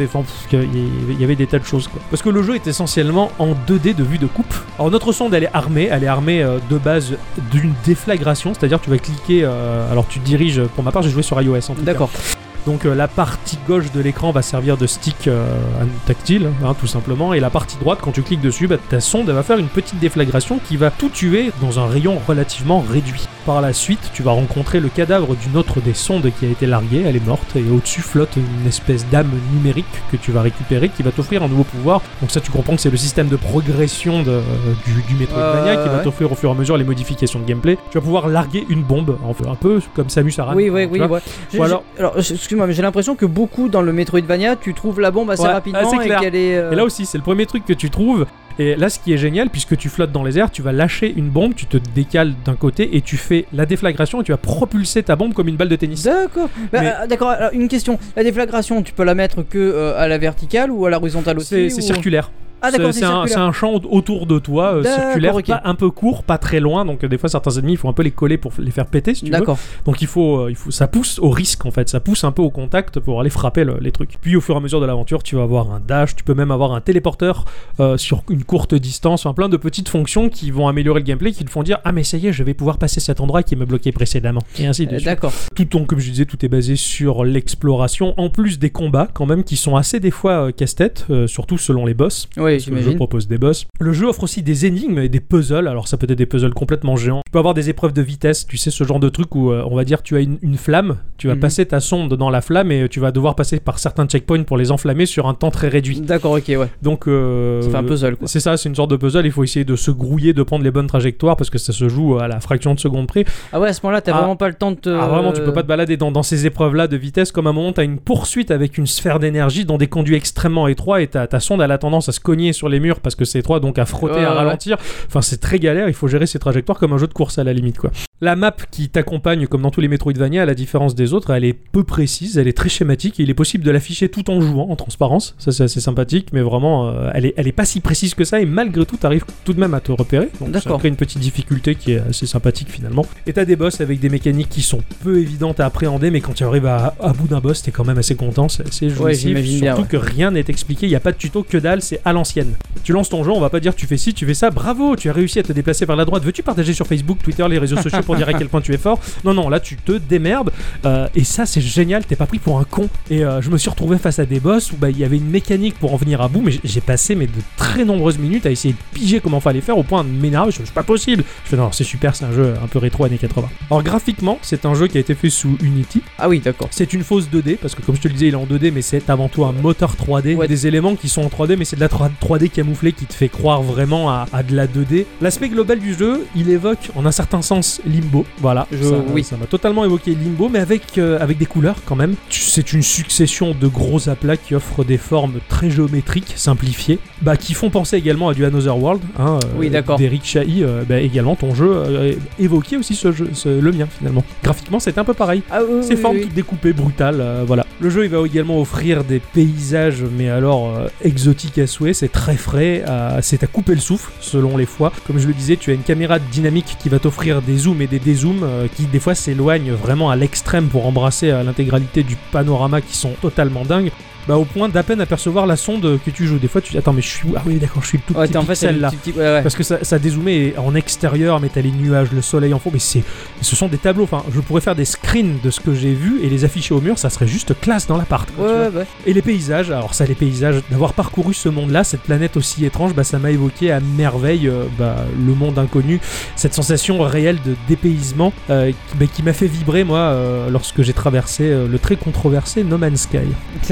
avait des tas de choses, quoi. Parce que le jeu est essentiellement en 2D de vue de coupe. Alors notre sonde elle est armée de base d'une déflagration, c'est-à-dire tu vas cliquer, alors tu diriges, pour ma part j'ai joué sur iOS en tout cas. D'accord. Donc la partie gauche de l'écran va servir de stick tactile, hein, tout simplement, et la partie droite, quand tu cliques dessus, ta sonde elle va faire une petite déflagration qui va tout tuer dans un rayon relativement réduit. Par la suite, tu vas rencontrer le cadavre d'une autre des sondes qui a été larguée, elle est morte, et au-dessus flotte une espèce d'âme numérique que tu vas récupérer, qui va t'offrir un nouveau pouvoir. Donc ça, tu comprends que c'est le système de progression du Metroidvania qui va t'offrir au fur et à mesure les modifications de gameplay. Tu vas pouvoir larguer une bombe, un peu comme Samus Aran. Oui. Alors, excuse-moi, mais j'ai l'impression que beaucoup dans le Metroidvania, tu trouves la bombe assez rapidement c'est clair. et qu'elle est. Et là aussi, c'est le premier truc que tu trouves. Et là, ce qui est génial, puisque tu flottes dans les airs, tu vas lâcher une bombe, tu te décales d'un côté et tu fais la déflagration et tu vas propulser ta bombe comme une balle de tennis. D'accord. D'accord. Alors, une question. La déflagration, tu peux la mettre que à la verticale ou à la horizontale aussi C'est circulaire. Ah d'accord, c'est un champ autour de toi, circulaire, okay. Pas un peu court, pas très loin, donc des fois certains ennemis il faut un peu les coller pour les faire péter si tu veux. Donc il faut ça pousse au risque en fait, ça pousse un peu au contact pour aller frapper les trucs. Puis au fur et à mesure de l'aventure tu vas avoir un dash, tu peux même avoir un téléporteur sur une courte distance, plein de petites fonctions qui vont améliorer le gameplay, qui te font dire ah mais ça y est je vais pouvoir passer cet endroit qui me bloquait précédemment, et ainsi de suite. D'accord. Comme je disais, tout est basé sur l'exploration, en plus des combats quand même qui sont assez des fois casse-tête, surtout selon les boss. Oui, j'imagine. Le jeu propose des boss. Le jeu offre aussi des énigmes et des puzzles. Alors ça peut être des puzzles complètement géants. Tu peux avoir des épreuves de vitesse. Tu sais, ce genre de truc où on va dire tu as une flamme. Tu vas passer ta sonde dans la flamme et tu vas devoir passer par certains checkpoints pour les enflammer sur un temps très réduit. D'accord, ok, ouais. Donc ça fait un puzzle quoi. C'est ça, c'est une sorte de puzzle. Il faut essayer de se grouiller, de prendre les bonnes trajectoires parce que ça se joue à la fraction de seconde près. Ah ouais, à ce moment-là, t'as vraiment pas le temps de te... Ah vraiment, tu peux pas te balader dans ces épreuves-là de vitesse. Comme à un moment, t'as une poursuite avec une sphère d'énergie dans des conduits extrêmement étroits et ta sonde elle a tendance à se cogner sur les murs parce que c'est étroit, donc à frotter, à ralentir. Enfin, c'est très galère. Il faut gérer ses trajectoires comme un jeu de course à la limite, quoi. La map qui t'accompagne, comme dans tous les Metroidvania, à la différence des autres, elle est peu précise, elle est très schématique et il est possible de l'afficher tout en jouant en transparence. Ça, c'est assez sympathique, mais vraiment, elle est pas si précise que ça et malgré tout, t'arrives tout de même à te repérer. Donc, ça crée une petite difficulté qui est assez sympathique finalement. Et t'as des boss avec des mécaniques qui sont peu évidentes à appréhender, mais quand tu arrives à bout d'un boss, t'es quand même assez content, c'est assez jouissif. Surtout que rien n'est expliqué, il n'y a pas de tuto, que dalle, c'est à l'ancienne. Tu lances ton jeu, on va pas dire tu fais ci, tu fais ça, bravo, tu as réussi à te déplacer vers la droite, veux-tu partager sur Facebook, Twitter, les réseaux sociaux pour dire à quel point tu es fort? Non, là tu te démerdes, et ça c'est génial, t'es pas pris pour un con. Et je me suis retrouvé face à des boss où il y avait une mécanique pour en venir à bout, mais j'ai passé de très nombreuses minutes à essayer de piger comment fallait faire au point de m'énerver, je me suis pas possible. Je fais non, c'est super, c'est un jeu un peu rétro années 80. Alors graphiquement, c'est un jeu qui a été fait sous Unity. Ah oui, d'accord. C'est une fausse 2D, parce que comme je te le disais, il est en 2D, mais c'est avant tout un moteur 3D, des éléments qui sont en 3D, mais c'est de la 3D camouflée qui te fait croire vraiment à de la 2D. L'aspect global du jeu, il évoque en un certain sens Limbo, voilà. Ça m'a totalement évoqué Limbo, mais avec des couleurs quand même. C'est une succession de gros aplats qui offrent des formes très géométriques, simplifiées, qui font penser également à du Another World, oui, d'accord. d'Eric Chahi, également ton jeu évoquait aussi ce jeu, le mien finalement. Graphiquement, c'est un peu pareil. Ces formes toutes découpées, brutales, voilà. Le jeu, il va également offrir des paysages, mais alors exotiques à souhait, c'est très frais, c'est à couper le souffle selon les fois. Comme je le disais, tu as une caméra dynamique qui va t'offrir des zooms et des dézooms qui des fois s'éloignent vraiment à l'extrême pour embrasser l'intégralité du panorama qui sont totalement dingues. Au point d'à peine apercevoir la sonde que tu joues. Des fois, tu dis attends, mais je suis où? Ah oui, d'accord, je suis le tout petit pixel là. Parce que ça dézoomé en extérieur, mais t'as les nuages, le soleil en fond. Mais ce sont des tableaux. Enfin, je pourrais faire des screens de ce que j'ai vu et les afficher au mur. Ça serait juste classe dans l'appart. Et les paysages, les paysages, d'avoir parcouru ce monde-là, cette planète aussi étrange, ça m'a évoqué à merveille le monde inconnu. Cette sensation réelle de dépaysement qui m'a fait vibrer moi lorsque j'ai traversé le très controversé No Man's Sky.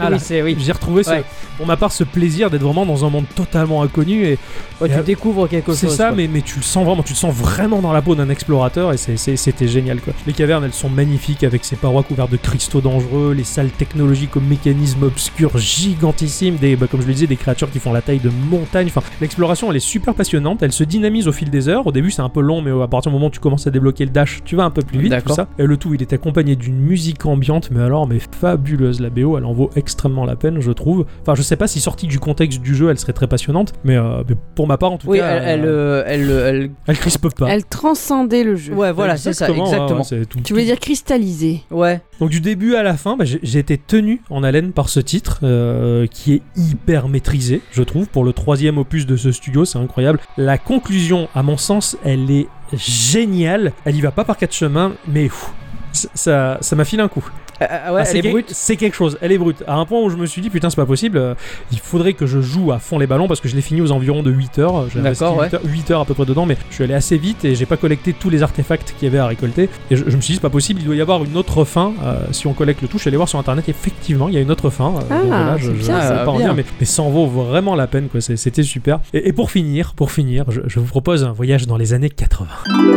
Voilà. oui. J'ai retrouvé Ouais. pour ma part ce plaisir d'être vraiment dans un monde totalement inconnu et Ouais, tu découvres quelque chose. c'est ça, quoi. mais tu le sens vraiment dans la peau d'un explorateur et c'était génial quoi. Les cavernes elles sont magnifiques avec ces parois couvertes de cristaux dangereux, les salles technologiques aux mécanismes obscurs gigantissimes, comme je le disais, des créatures qui font la taille de montagnes. Enfin, l'exploration elle est super passionnante, elle se dynamise au fil des heures. Au début c'est un peu long, mais à partir du moment où tu commences à débloquer le dash, tu vas un peu plus vite. Tout ça. Et le tout il est accompagné d'une musique ambiante, mais fabuleuse. La BO elle en vaut extrêmement la peine, je trouve. Enfin, je sais pas si sortie du contexte du jeu elle serait très passionnante, mais pour ma part en tout cas, elle crispe pas. Elle transcendait le jeu. Ouais, voilà, c'est ça, exactement. C'est tout. Tu voulais dire cristallisé. Ouais. Donc du début à la fin, j'ai été tenu en haleine par ce titre qui est hyper maîtrisé, je trouve, pour le 3e opus de ce studio, c'est incroyable. La conclusion, à mon sens, elle est géniale. Elle y va pas par 4 chemins, mais ça m'a filé un coup. Ouais, elle est brute. C'est quelque chose, elle est brute. À un point où je me suis dit, putain, c'est pas possible, il faudrait que je joue à fond les ballons parce que je l'ai fini aux environs de 8 heures. J'ai resté 8 heures à peu près dedans, mais je suis allé assez vite et j'ai pas collecté tous les artefacts qu'il y avait à récolter. Et je me suis dit, c'est pas possible, il doit y avoir une autre fin si on collecte le tout. Je suis allé voir sur internet, effectivement, il y a une autre fin. Donc voilà, je sais pas en dire, mais ça en vaut vraiment la peine, quoi. C'était super. Et pour finir, je vous propose un voyage dans les années 80.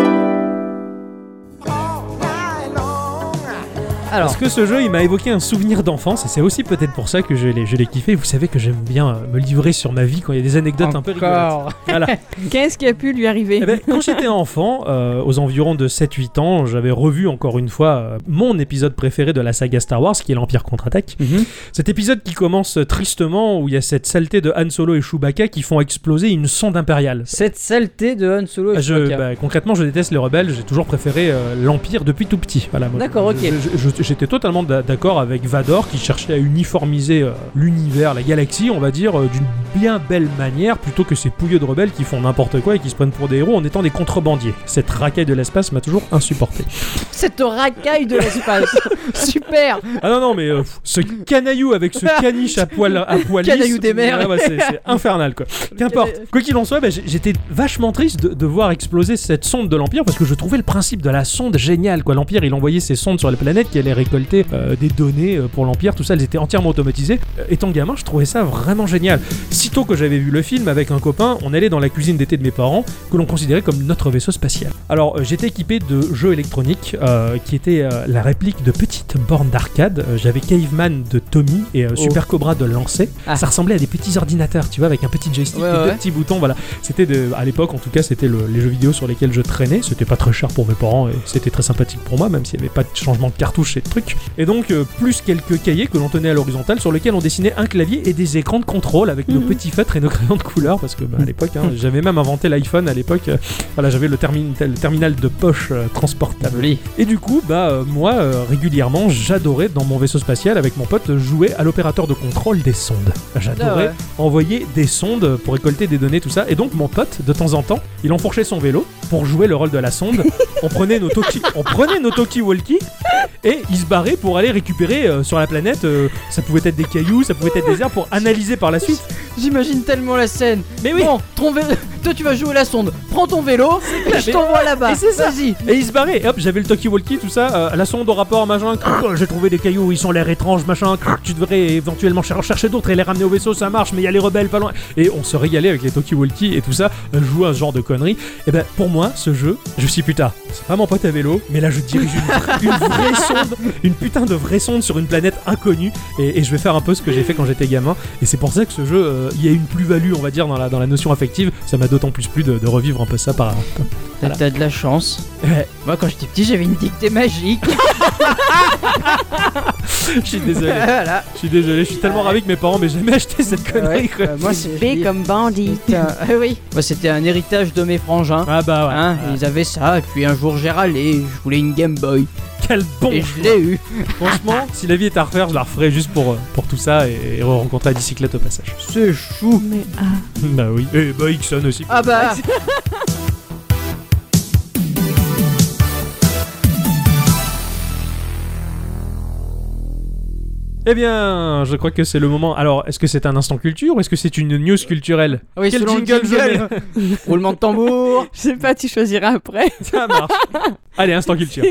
Parce que ce jeu, il m'a évoqué un souvenir d'enfance, et c'est aussi peut-être pour ça que je l'ai kiffé. Vous savez que j'aime bien me livrer sur ma vie quand il y a des anecdotes un peu rigolotes. Voilà. Qu'est-ce qui a pu lui arriver ? Quand j'étais enfant, aux environs de 7-8 ans, j'avais revu encore une fois mon épisode préféré de la saga Star Wars, qui est l'Empire contre-attaque. Cet épisode qui commence tristement, où il y a cette saleté de Han Solo et Chewbacca qui font exploser une sonde impériale. Cette saleté de Han Solo et Chewbacca. Concrètement, je déteste les rebelles, j'ai toujours préféré l'Empire depuis tout petit. Voilà, d'accord, ok. J'étais totalement d'accord avec Vador qui cherchait à uniformiser l'univers, la galaxie, on va dire, d'une bien belle manière, plutôt que ces pouilleux de rebelles qui font n'importe quoi et qui se prennent pour des héros en étant des contrebandiers. Cette racaille de l'espace m'a toujours insupporté. Cette racaille de l'espace. Super. Ah non, mais ce canaillou avec ce caniche à poil canaillou lisse, des mers. c'est infernal, quoi. Qu'importe. Quoi qu'il en soit, j'étais vachement triste de voir exploser cette sonde de l'Empire parce que je trouvais le principe de la sonde génial, quoi. L'Empire, il envoyait ses sondes sur les planètes qui allaient récolter des données pour l'Empire, tout ça, elles étaient entièrement automatisées. Étant gamin, je trouvais ça vraiment génial. Sitôt que j'avais vu le film avec un copain, on allait dans la cuisine d'été de mes parents, que l'on considérait comme notre vaisseau spatial. Alors, j'étais équipé de jeux électroniques qui étaient la réplique de petites bornes d'arcade. J'avais Caveman de Tommy et Super Cobra de Lancet. Ça ressemblait à des petits ordinateurs, tu vois, avec un petit joystick et deux petits boutons, voilà. C'était à l'époque, en tout cas, c'était les jeux vidéo sur lesquels je traînais. C'était pas très cher pour mes parents et c'était très sympathique pour moi, même s'il n'y avait pas de changement de cartouche et de trucs. Et donc, plus quelques cahiers que l'on tenait à l'horizontale sur lesquels on dessinait un clavier et des écrans de contrôle avec nos petits feutres et nos crayons de couleur, parce que à l'époque, j'avais même inventé l'iPhone à l'époque. Voilà, j'avais le terminal de poche transportable. Et du coup, moi, régulièrement, j'adorais dans mon vaisseau spatial avec mon pote jouer à l'opérateur de contrôle des sondes. J'adorais envoyer des sondes pour récolter des données, tout ça. Et donc, mon pote, de temps en temps, il enfourchait son vélo pour jouer le rôle de la sonde. On prenait nos talkie-walkie et il se barrait pour aller récupérer sur la planète, ça pouvait être des cailloux, ça pouvait être des herbes, pour analyser par la suite. J'imagine tellement la scène. Mais oui. Bon, toi tu vas jouer la sonde, prends ton vélo, je t'envoie là-bas. Et c'est ça. Vas-y. Et il se barrait. Et hop, j'avais le talkie-walkie, tout ça, la sonde au rapport, machin. J'ai trouvé des cailloux, ils ont l'air étranges, machin. Tu devrais éventuellement chercher d'autres et les ramener au vaisseau, ça marche, mais il y a les rebelles pas loin. Et on se régalait avec les talkie-walkie et tout ça, jouer à ce genre de conneries. Et pour moi, ce jeu, je me suis dit, putain, c'est pas mon pote à vélo, mais là je dirige une vraie sonde, une putain de vraie sonde sur une planète inconnue, et je vais faire un peu ce que j'ai fait quand j'étais gamin. Et c'est pour ça que ce jeu, il y a une plus-value, on va dire, dans la notion affective. Ça m'a d'autant plus plu de revivre un peu ça par. Voilà. T'as de la chance. Ouais. Moi, quand j'étais petit, j'avais une dictée magique. Je suis désolé. Voilà. Je suis tellement ravi que mes parents m'aient jamais acheté cette connerie. Ouais. Moi, c'est B comme bandit. Oui. Moi, c'était un héritage de mes frangins. Ah bah ouais. Ils avaient ça, et puis un jour j'ai râlé, je voulais une Game Boy. Quel bon. Et je l'ai eu. Franchement, si la vie est à refaire, je la referai juste pour tout ça et rencontrer la bicyclette au passage. C'est chou. Mais Bah oui. Et Ixon aussi. Ah bah. Eh bien, je crois que c'est le moment. Alors, est-ce que c'est un instant culture ou est-ce que c'est une news culturelle? Oui, quel selon jingle je mets? Roulement de tambour. je sais pas, tu choisiras après. Ça marche. Allez, instant culture.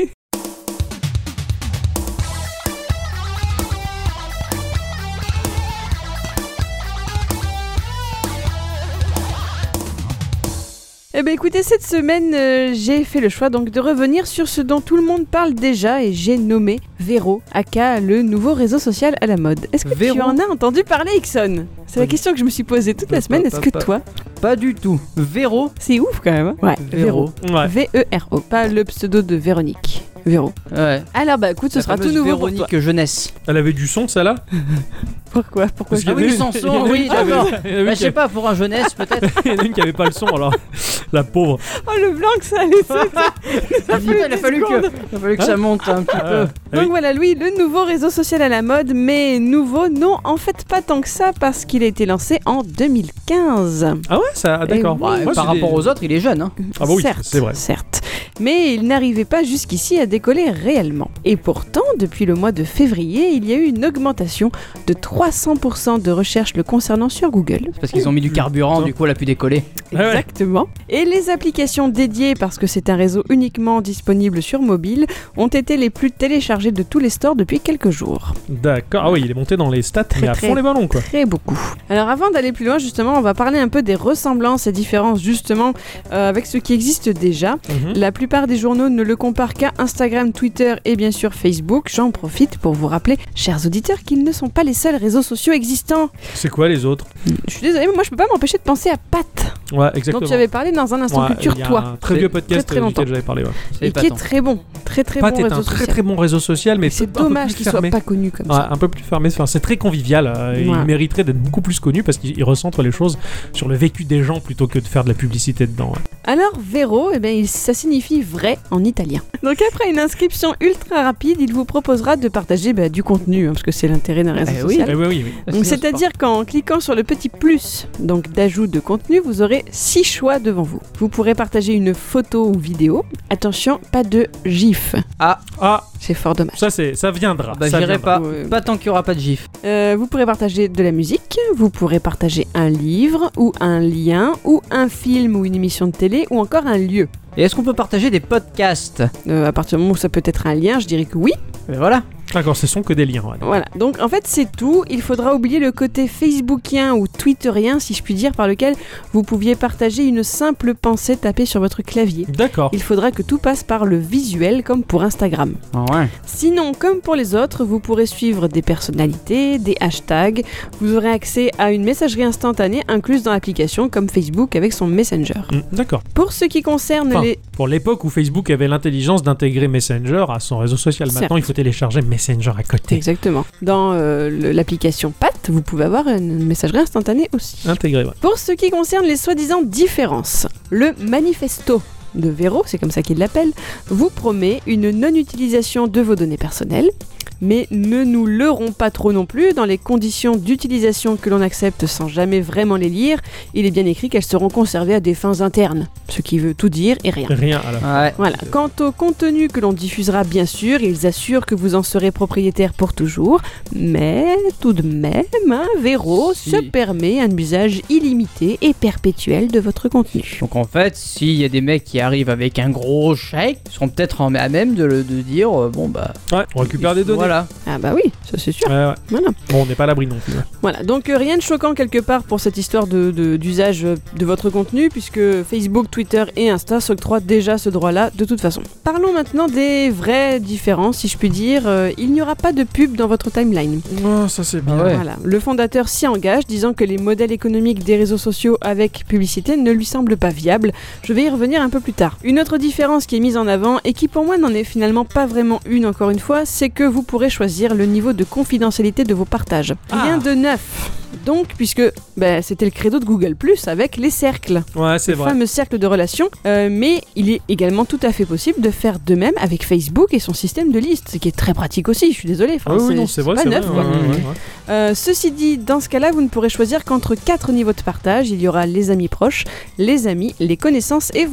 Eh ben écoutez, cette semaine, j'ai fait le choix donc de revenir sur ce dont tout le monde parle déjà et j'ai nommé Vero, aka le nouveau réseau social à la mode. Est-ce que Vero tu en as entendu parler, Ixon? C'est la question que je me suis posée toute la semaine. Est-ce que toi, Pas du tout. Vero. c'est ouf quand même. Hein ouais, Vero. Ouais. V-E-R-O, pas le pseudo de Véronique. Vero. Ouais. Alors bah écoute, ce La sera tout fameuse nouveau pour toi. Véronique Jeunesse. Elle avait du son, celle-là. Pourquoi Parce qu'il y Ah en a oui, une- sans il y en son, a oui, une qui avait- d'accord. il y en a une Bah, qui je sais pas, pour un jeunesse peut-être. Il y en a une qui avait pas le son, alors la pauvre. Oh le blanc que ça a laissé. Il a fallu que ça monte un petit peu. Donc voilà, Louis, le nouveau réseau social à la mode, mais nouveau, non, en fait pas tant que ça, parce qu'il a été lancé en 2015. Ah ouais, ça, ah, d'accord. Eh oui. Ouais, Par c'est des- rapport aux autres, il est jeune. Hein. Ah bah oui, certes, c'est vrai. certes. Mais il n'arrivait pas jusqu'ici à décoller réellement. Et pourtant, depuis le mois de février, il y a eu une augmentation de 300% de recherches le concernant sur Google. C'est parce qu'ils ont mis du carburant, du coup, elle a pu décoller. Ah ouais. Exactement. Et les applications dédiées, parce que c'est un réseau uniquement disponible sur mobile, ont été les plus téléchargées de tous les stores depuis quelques jours. D'accord. Ah oui, il est monté dans les stats, mais à très. fond les ballons, quoi. Très beaucoup. Alors avant d'aller plus loin, justement, on va parler un peu des ressemblances et différences, justement, avec ce qui existe déjà. Mhm. La plupart des journaux ne le comparent qu'à Instagram, Twitter et bien sûr Facebook. J'en profite pour vous rappeler, chers auditeurs, qu'ils ne sont pas les seuls réseaux sociaux existants. C'est quoi les autres? Je suis désolée, mais moi je peux pas m'empêcher de penser à Pat, Ouais, dont exactement. tu avais parlé dans un instant Ouais, culture, il y a toi. un très vieux podcast très longtemps. duquel j'avais parlé. Ouais. C'est Et qui est épatant. très bon. Très très Pat bon est réseau un très social. très bon réseau social, mais C'est un peu dommage plus qu'il soit fermé. pas connu comme Ouais, ça. un peu plus fermé, enfin, c'est très convivial et Ouais. il mériterait d'être beaucoup plus connu parce qu'il recentre les choses sur le vécu des gens plutôt que de faire de la publicité dedans. Ouais. Alors, Vero, eh ben, ça signifie vrai en italien. Donc après une inscription ultra rapide, il vous proposera de partager du contenu, hein, parce que c'est l'intérêt d'un réseau oui. social. Eh oui. Donc, c'est-à-dire qu'en cliquant sur le petit plus donc d'ajout de contenu, vous aurez 6 choix devant vous. Vous pourrez partager une photo ou vidéo. Attention, pas de GIF. Ah, C'est fort dommage. ça viendra. Bah, ça j'irai viendra. pas. Ouais. Pas tant qu'il y aura pas de gif. Vous pourrez partager de la musique, vous pourrez partager un livre ou un lien ou un film ou une émission de télé ou encore un lieu. Et est-ce qu'on peut partager des podcasts? À partir du moment où ça peut être un lien, je dirais que oui. Et voilà. D'accord, ce sont que des liens. Ouais. Voilà, donc en fait c'est tout. Il faudra oublier le côté facebookien ou twitterien, si je puis dire, par lequel vous pouviez partager une simple pensée tapée sur votre clavier. D'accord. Il faudra que tout passe par le visuel comme pour Instagram. Ouais. Sinon, comme pour les autres, vous pourrez suivre des personnalités, des hashtags, vous aurez accès à une messagerie instantanée incluse dans l'application comme Facebook avec son Messenger. D'accord. Pour ce qui concerne Enfin, les... Pour l'époque où Facebook avait l'intelligence d'intégrer Messenger à son réseau social, maintenant Certes. il faut télécharger Messenger à côté. Exactement. Dans l'application Pat, vous pouvez avoir une messagerie instantanée aussi. Intégré, ouais. Pour ce qui concerne les soi-disant différences, le manifesto de Vero, c'est comme ça qu'il l'appelle, vous promet une non-utilisation de vos données personnelles, mais ne nous leurrons pas trop non plus, dans les conditions d'utilisation que l'on accepte sans jamais vraiment les lire, il est bien écrit qu'elles seront conservées à des fins internes, ce qui veut tout dire et rien. Rien à la Ouais. Voilà. Quant au contenu que l'on diffusera, bien sûr, ils assurent que vous en serez propriétaire pour toujours, mais tout de même, Vero Si. se permet un usage illimité et perpétuel de votre contenu. Donc en fait, s'il y a des mecs qui arrivent avec un gros chèque, ils seront peut-être à même de dire bon bah. Ouais, on récupère des données. Voilà. Ah bah oui, ça c'est sûr. Ouais. Voilà. Bon, on n'est pas à l'abri non plus. Ouais. Voilà, donc rien de choquant quelque part pour cette histoire d'usage de votre contenu, puisque Facebook, Twitter et Insta s'octroient déjà ce droit-là de toute façon. Parlons maintenant des vraies différences, si je puis dire. Il n'y aura pas de pub dans votre timeline. Oh, ça c'est bien. Ah ouais. Voilà. Le fondateur s'y engage, disant que les modèles économiques des réseaux sociaux avec publicité ne lui semblent pas viables. Je vais y revenir un peu plus tard. Une autre différence qui est mise en avant, et qui pour moi n'en est finalement pas vraiment une encore une fois, c'est que vous pourrez choisir le niveau de confidentialité de vos partages. Rien de neuf. Donc, puisque c'était le credo de Google+, avec les cercles. Ouais, c'est Le vrai. fameux cercle de relations, mais il est également tout à fait possible de faire de même avec Facebook et son système de liste, ce qui est très pratique aussi, je suis désolée. Enfin, Ah oui, non, c'est vrai, pas c'est neuf, vrai. quoi. Ouais. Ceci dit, dans ce cas-là, vous ne pourrez choisir qu'entre 4 niveaux de partage. Il y aura les amis proches, les amis, les connaissances et vos abonnés.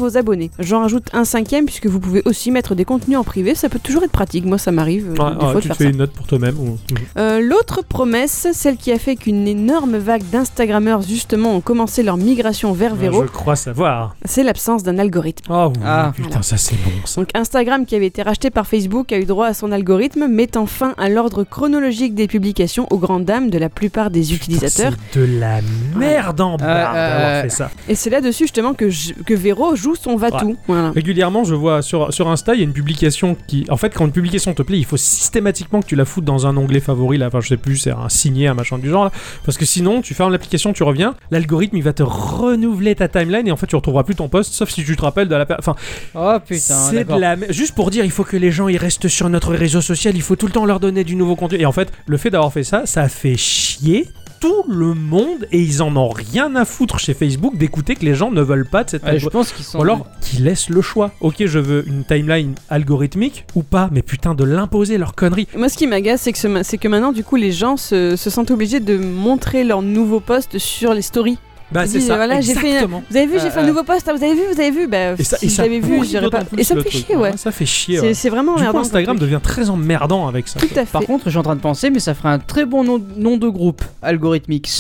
abonnés. J'en rajoute un 5e puisque vous pouvez aussi mettre des contenus en privé, ça peut toujours être pratique. Moi, ça m'arrive des fois de tu faire te fais ça. une note pour toi-même ou... L'autre promesse, celle qui a fait qu'une énorme vague d'Instagrammeurs justement ont commencé leur migration vers Vero, Je crois savoir. c'est l'absence d'un algorithme. Oh oui, Ah, putain, voilà. ça c'est bon ça. Donc Instagram, qui avait été racheté par Facebook, a eu droit à son algorithme, mettant fin à l'ordre chronologique des publications aux grandes dames de la plupart des utilisateurs. C'est de la merde en barre d'avoir fait ça. Et c'est là-dessus justement que Vero joue son va-tout. Voilà. Régulièrement, je vois sur Insta, il y a une publication qui... En fait, quand une publication te plaît, il faut systématiquement que tu la foutes dans un onglet favori, là. Enfin, je sais plus, c'est un signé, un machin du genre, là. Parce que sinon, tu fermes l'application, tu reviens, l'algorithme, il va te renouveler ta timeline et en fait, tu retrouveras plus ton post, sauf si tu te rappelles de la... Enfin, Oh putain, c'est d'accord. de la... Juste pour dire, il faut que les gens, ils restent sur notre réseau social, il faut tout le temps leur donner du nouveau contenu. Et en fait, le fait d'avoir fait ça, ça fait chier tout le monde et ils en ont rien à foutre chez Facebook d'écouter que les gens ne veulent pas de cette Ouais, je pense qu'ils sont... ou alors qu'ils laissent le choix. Ok, je veux une timeline algorithmique ou pas, mais putain de l'imposer leur connerie. Moi, ce qui m'agace, c'est que maintenant, du coup, les gens se sentent obligés de montrer leurs nouveaux posts sur les stories. Bah Ils c'est disent, ça, voilà, j'ai fait exactement. Vous avez vu, j'ai fait un nouveau post, vous avez vu bah, Et ça, si et ça j'avais vu, pourrit j'irais pas. d'autant plus Et ça me le fait truc, chier, ouais. Ça fait chier, ouais. C'est vraiment Du coup, emmerdant. Instagram comme truc. devient très emmerdant avec ça. Tout à fait. Par contre, je suis en train de penser, mais ça ferait un très bon nom de groupe, Algorithmix.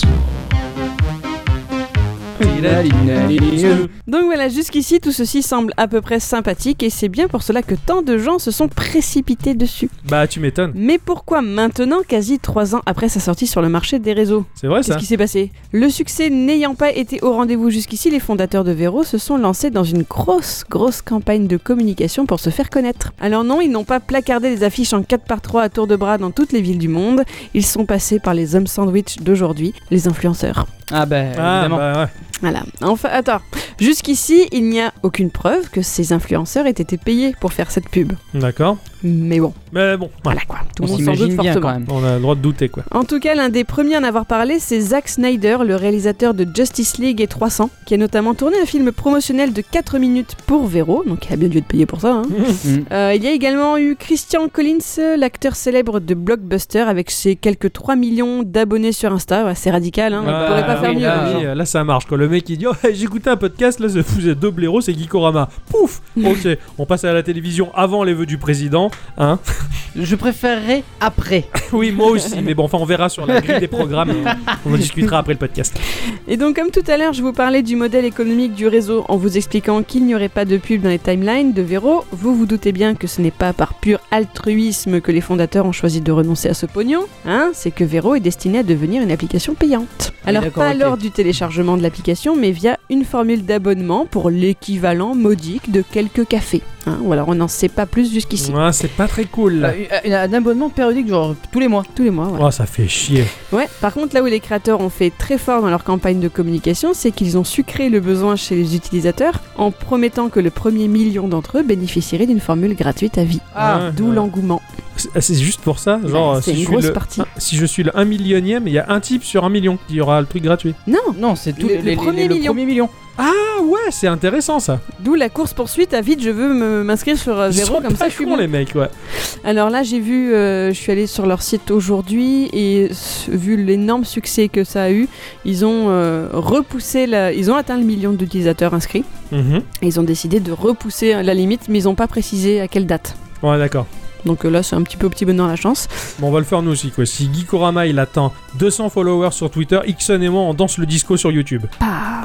Donc voilà, jusqu'ici, tout ceci semble à peu près sympathique et c'est bien pour cela que tant de gens se sont précipités dessus. Bah tu m'étonnes. Mais pourquoi maintenant, quasi 3 ans après sa sortie sur le marché des réseaux ? C'est vrai Qu'est-ce ça. qui s'est passé ? Le succès n'ayant pas été au rendez-vous jusqu'ici, les fondateurs de Vero se sont lancés dans une grosse campagne de communication pour se faire connaître. Alors non, ils n'ont pas placardé des affiches en 4x3 à tour de bras dans toutes les villes du monde, ils sont passés par les hommes sandwich d'aujourd'hui, les influenceurs. Ah bah, Ah évidemment. bah ouais. Voilà. Enfin, attends. Jusqu'ici, il n'y a aucune preuve que ces influenceurs aient été payés pour faire cette pub. D'accord. Mais bon, Mais bon, voilà. voilà quoi. Tout le On monde s'en doute s'imagine bien fortement. quand même. On a le droit de douter quoi. En tout cas, l'un des premiers à en avoir parlé, c'est Zack Snyder, le réalisateur de Justice League et 300, qui a notamment tourné un film promotionnel de 4 minutes pour Vero, donc il a bien dû être payé pour ça. Hein. Il y a également eu Christian Collins, l'acteur célèbre de Blockbuster, avec ses quelques 3 millions d'abonnés sur Insta. Ouais, c'est radical, hein. On pourrait pas faire oui, mieux. là, hein. Là ça marche quand le mec il dit oh, j'écoutais un podcast là vous êtes deux blaireaux c'est Geekorama. Pouf. Ok, on passe à la télévision avant les vœux du président, hein. Je préférerais après. Oui moi aussi mais bon enfin on verra sur la grille des programmes. On en discutera après le podcast. Et donc comme tout à l'heure je vous parlais du modèle économique du réseau en vous expliquant qu'il n'y aurait pas de pub dans les timelines de Vero, vous vous doutez bien que ce n'est pas par pur altruisme que les fondateurs ont choisi de renoncer à ce pognon, hein, c'est que Vero est destiné à devenir une application payante. Alors d'accord, pas ok. lors du téléchargement de l'application mais via une formule d'abonnement pour l'équivalent modique de quelques cafés. Hein, ou alors on n'en sait pas plus jusqu'ici. Ouais, c'est pas très cool là. Un abonnement périodique, genre tous les mois. Tous les mois, ouais. Oh ça fait chier. Ouais, par contre, là où les créateurs ont fait très fort dans leur campagne de communication, c'est qu'ils ont su créer le besoin chez les utilisateurs en promettant que le premier million d'entre eux bénéficierait d'une formule gratuite à vie. Ah, D'où ouais. l'engouement. C'est juste pour ça, genre c'est si une je suis grosse le partie. si je suis le 1 millionième, il y a un type sur 1 million qui aura le truc gratuit. Non, Non, c'est tout Le premier million. Le premier million. Ah ouais, c'est intéressant ça. d'où la course poursuite à vite, je veux m'inscrire sur Ils Vero sont comme pas ça je suis cons, bon. les mecs, ouais. Alors là, j'ai vu, je suis allée sur leur site aujourd'hui et vu l'énorme succès que ça a eu, ils ont repoussé, ils ont atteint le million d'utilisateurs inscrits Mhm. et ils ont décidé de repousser la limite, mais ils n'ont pas précisé à quelle date. Ouais, d'accord. Donc là, c'est un petit peu au petit bonheur la chance. Bon, on va le faire nous aussi, quoi. Si Geekorama il atteint 200 followers sur Twitter, Ixon et moi on danse le disco sur YouTube. Ah.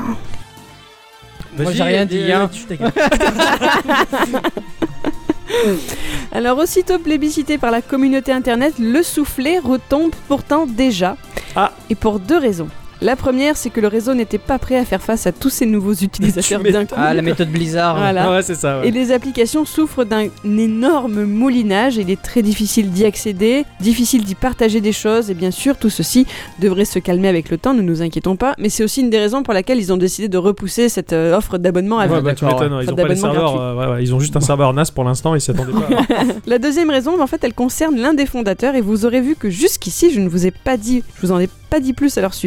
Moi, j'ai rien dit, hein. Alors, aussitôt plébiscité par la communauté internet, le soufflet retombe pourtant déjà. Ah. Et pour 2 raisons. La première, c'est que le réseau n'était pas prêt à faire face à tous ces nouveaux utilisateurs Tu d'un coup. Ah, la méthode Blizzard. Voilà. Ah ouais, c'est ça. Ouais. Et les applications souffrent d'un énorme moulinage. Il est très difficile d'y accéder, difficile d'y partager des choses. Et bien sûr, tout ceci devrait se calmer avec le temps, ne nous inquiétons pas. Mais c'est aussi une des raisons pour laquelle ils ont décidé de repousser cette offre d'abonnement à vie. Ouais, bah tu d'accord, m'étonnes, ils Pas ont pas les d'abonnement serveurs, gratuit. ouais, ils ont juste un serveur NAS pour l'instant, ils s'attendaient pas. La deuxième raison, en fait, elle concerne l'un des fondateurs. Et vous aurez vu que jusqu'ici, je vous en ai pas dit plus à leur sujet. Alors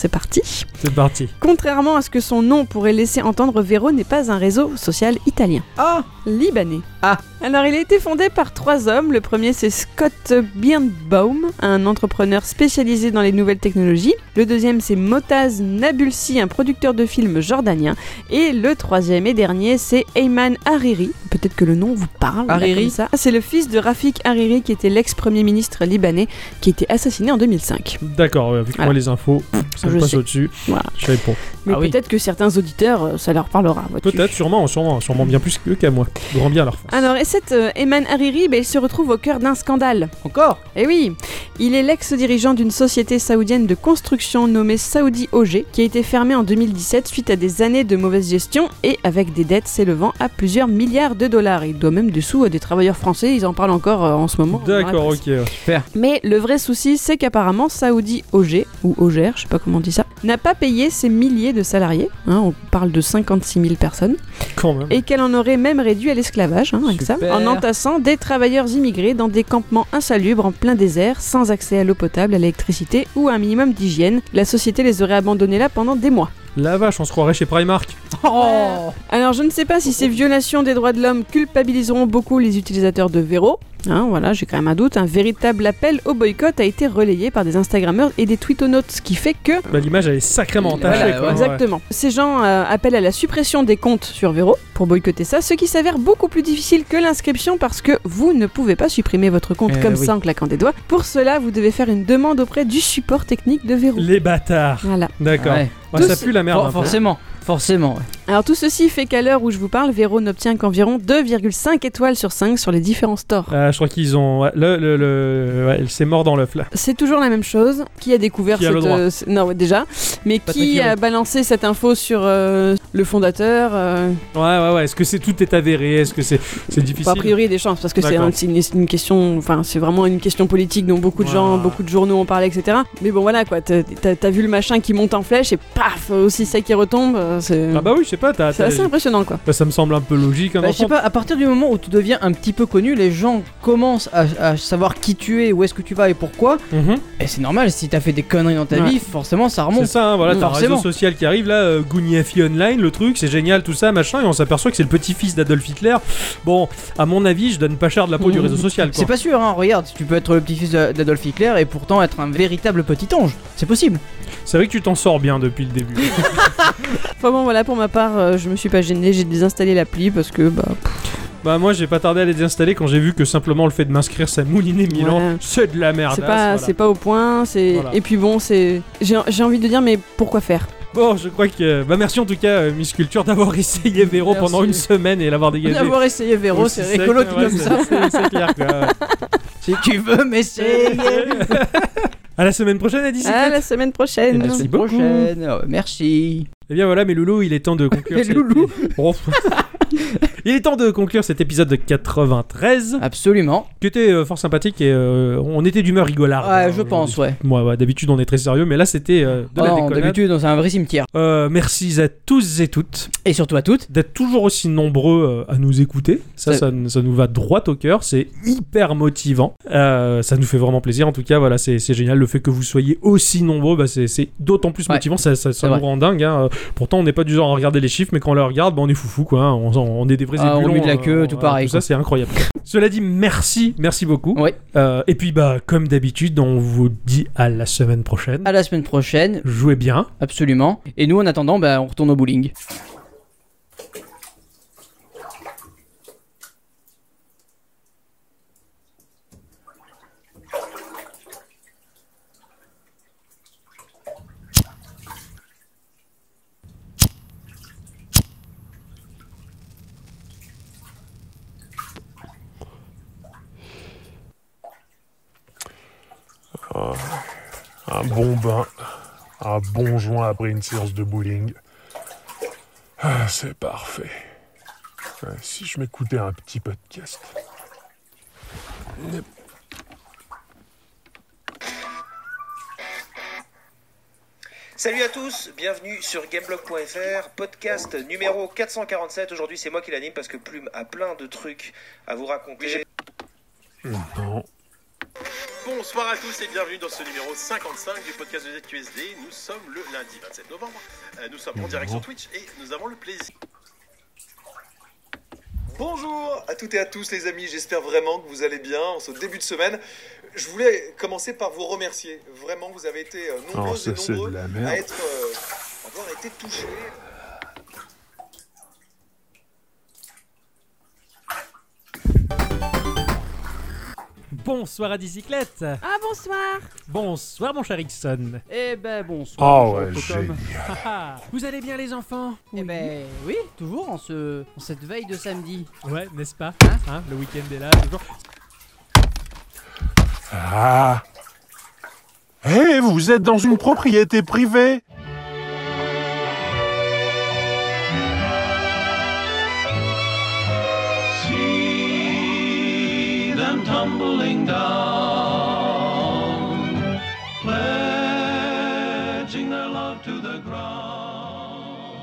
c'est parti. C'est parti. Contrairement à ce que son nom pourrait laisser entendre, Vero n'est pas un réseau social italien. Ah, Libanais. Ah. Alors, il a été fondé par 3 hommes. Le premier, c'est Scott Birnbaum, un entrepreneur spécialisé dans les nouvelles technologies. Le deuxième, c'est Motaz Nabulsi, un producteur de films jordanien. Et le troisième et dernier, c'est Ayman Hariri. Peut-être que le nom vous parle. Hariri. Comme ça. C'est le fils de Rafik Hariri, qui était l'ex-premier ministre libanais, qui a été assassiné en 2005. D'accord, vu que moi les infos, ça me Je passe sais. au-dessus. Voilà. Je réponds. Mais Ah oui. peut-être que certains auditeurs, ça leur parlera. vois-tu. Peut-être, sûrement bien plus qu'à moi. Grand bien à leur face. Alors, et cet Ayman Hariri, il se retrouve au cœur d'un scandale. encore. Eh oui, il est l'ex-dirigeant d'une société saoudienne de construction nommée Saudi OG, qui a été fermée en 2017 suite à des années de mauvaise gestion et avec des dettes s'élevant à plusieurs milliards de dollars. Il doit même des sous à des travailleurs français, ils en parlent encore en ce moment. dans la D'accord, presse. ok. Ouais. Super. Mais le vrai souci, c'est qu'apparemment Saudi OG, ou OGR, je sais pas comment on dit ça, n'a pas payé ses milliers de salariés, on parle de 56 000 personnes, Quand même. et qu'elle en aurait même réduit à l'esclavage, avec ça, Super. en entassant des travailleurs immigrés dans des campements insalubres en plein désert, sans accès à l'eau potable, à l'électricité ou à un minimum d'hygiène. La société les aurait abandonnés là pendant des mois. La vache, on se croirait chez Primark. Oh. Alors je ne sais pas si ces violations des droits de l'homme culpabiliseront beaucoup les utilisateurs de Vero. Voilà, j'ai quand même un doute. Un véritable appel au boycott a été relayé par des Instagrammeurs et des tweetonautes, ce qui fait que... Bah, l'image, elle est sacrément entachée, Voilà, quoi. ouais. Exactement. Ces gens appellent à la suppression des comptes sur Vero pour boycotter ça, ce qui s'avère beaucoup plus difficile que l'inscription parce que vous ne pouvez pas supprimer votre compte comme oui. ça en claquant des doigts. Pour cela, vous devez faire une demande auprès du support technique de Vero. Les bâtards. Voilà. D'accord. Ouais. Ouais, Tous- ça pue la merde. un peu. Forcément. Ouais. Alors tout ceci fait qu'à l'heure où je vous parle, Vero n'obtient qu'environ 2,5 étoiles sur 5 sur les différents stores. Je crois qu'ils ont. Ouais, ouais, c'est mort dans l'œuf là. C'est toujours la même chose. Qui a découvert Qui a le droit non, ouais, déjà. Mais Patrick qui Fiori. a balancé cette info sur le fondateur Ouais. Est-ce que tout est avéré? Est-ce que c'est difficile? A priori, il y a des chances parce que D'accord. c'est une question. Enfin, c'est vraiment une question politique dont beaucoup de gens, Ouais. beaucoup de journaux ont parlé, etc. Mais bon, voilà quoi. T'as vu le machin qui monte en flèche et paf, aussi sec qui retombe. C'est Ah bah oui, je sais pas. c'est assez impressionnant quoi. Bah, ça me semble un peu logique. Hein, Bah, je sais pas, à partir du moment où tu deviens un petit peu connu, les gens commencent à savoir qui tu es, où est-ce que tu vas et pourquoi. Et c'est normal, si t'as fait des conneries dans ta Ouais. vie, forcément ça C'est remonte. ça, hein, voilà, t'as un réseau Forcément. social qui arrive là, Gouniafi Online, le truc, c'est génial, tout ça, machin, et on s'aperçoit que c'est le petit-fils d'Adolf Hitler. Bon, à mon avis, je donne pas cher de la peau du réseau social, quoi. C'est pas sûr, hein, regarde, tu peux être le petit-fils d'Adolf Hitler et pourtant être un véritable petit ange. C'est possible. C'est vrai que tu t'en sors bien depuis le début. Enfin bon, voilà, pour ma part, je me suis pas gêné, j'ai désinstallé l'appli parce que Bah moi j'ai pas tardé à les désinstaller quand j'ai vu que simplement le fait de m'inscrire ça moulinait Milan, Ouais. c'est de la merde. c'est pas au point. Voilà. Et puis bon, j'ai envie de dire, mais pourquoi faire? Bon, je crois que... Bah merci en tout cas, Miss Culture, d'avoir essayé Véro Merci. pendant une semaine et l'avoir dégagé. D'avoir essayé Véro, aussi c'est sec, rigolo ouais, comme ça. C'est clair, quoi. Si tu veux m'essayer. À la semaine prochaine à 17h. À la semaine prochaine. La semaine prochaine. Merci. Et bien voilà, mes loulous, il est temps de conclure. Mes loulous. Oh. Il est temps de conclure cet épisode de 93, Absolument. qui était fort sympathique et on était d'humeur rigolarde. Ouais, hein, je pense, ouais. Ouais, d'habitude on est très sérieux, mais là c'était de la Non, déconnade. d'habitude, c'est un vrai cimetière. Merci à tous et toutes Et surtout à toutes. d'être toujours aussi nombreux à nous écouter. Ça nous va droit au cœur, c'est hyper motivant. Ça nous fait vraiment plaisir. En tout cas, voilà, c'est génial. Le fait que vous soyez aussi nombreux, bah, c'est d'autant plus Ouais. motivant. Ça nous vrai. rend dingue. Hein. Pourtant, on n'est pas du genre à regarder les chiffres, mais quand on les regarde, bah, on est foufou, quoi. Hein. On est des vrais Ah, on ébulons. met de la queue, tout pareil, Tout ça, quoi. c'est incroyable. Cela dit, merci beaucoup. Ouais. Et puis, bah, comme d'habitude, on vous dit à la semaine prochaine. À la semaine prochaine. Jouez bien. Absolument. Et nous, en attendant, bah, on retourne au bowling. Un bon bain, un bon joint après une séance de bowling. Ah, c'est parfait. Si je m'écoutais un petit podcast. Salut à tous, bienvenue sur Gameblog.fr, podcast numéro 447. Aujourd'hui c'est moi qui l'anime parce que Plume a plein de trucs à vous raconter. Non. Bonsoir à tous et bienvenue dans ce numéro 55 du podcast de ZQSD. Nous sommes le lundi 27 novembre. Nous sommes en direct sur Twitch et nous avons le plaisir. Bonjour à toutes et à tous les amis, j'espère vraiment que vous allez bien en ce début de semaine. Je voulais commencer par vous remercier. Vraiment, vous avez été nombreux et nombreux à avoir été touchés. Bonsoir à Dicyclette. Ah, bonsoir. Bonsoir mon cher Ixon. Eh ben bonsoir. Oh ouais, Tom. génial. Vous allez bien les enfants? Eh ben oui, toujours en cette veille de samedi. Ouais, n'est-ce pas? Hein Le week-end est là, toujours. Ah. Hé, vous êtes dans une propriété privée? Tumbling down, pledging their love to the ground.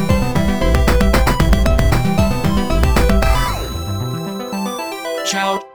Ciao.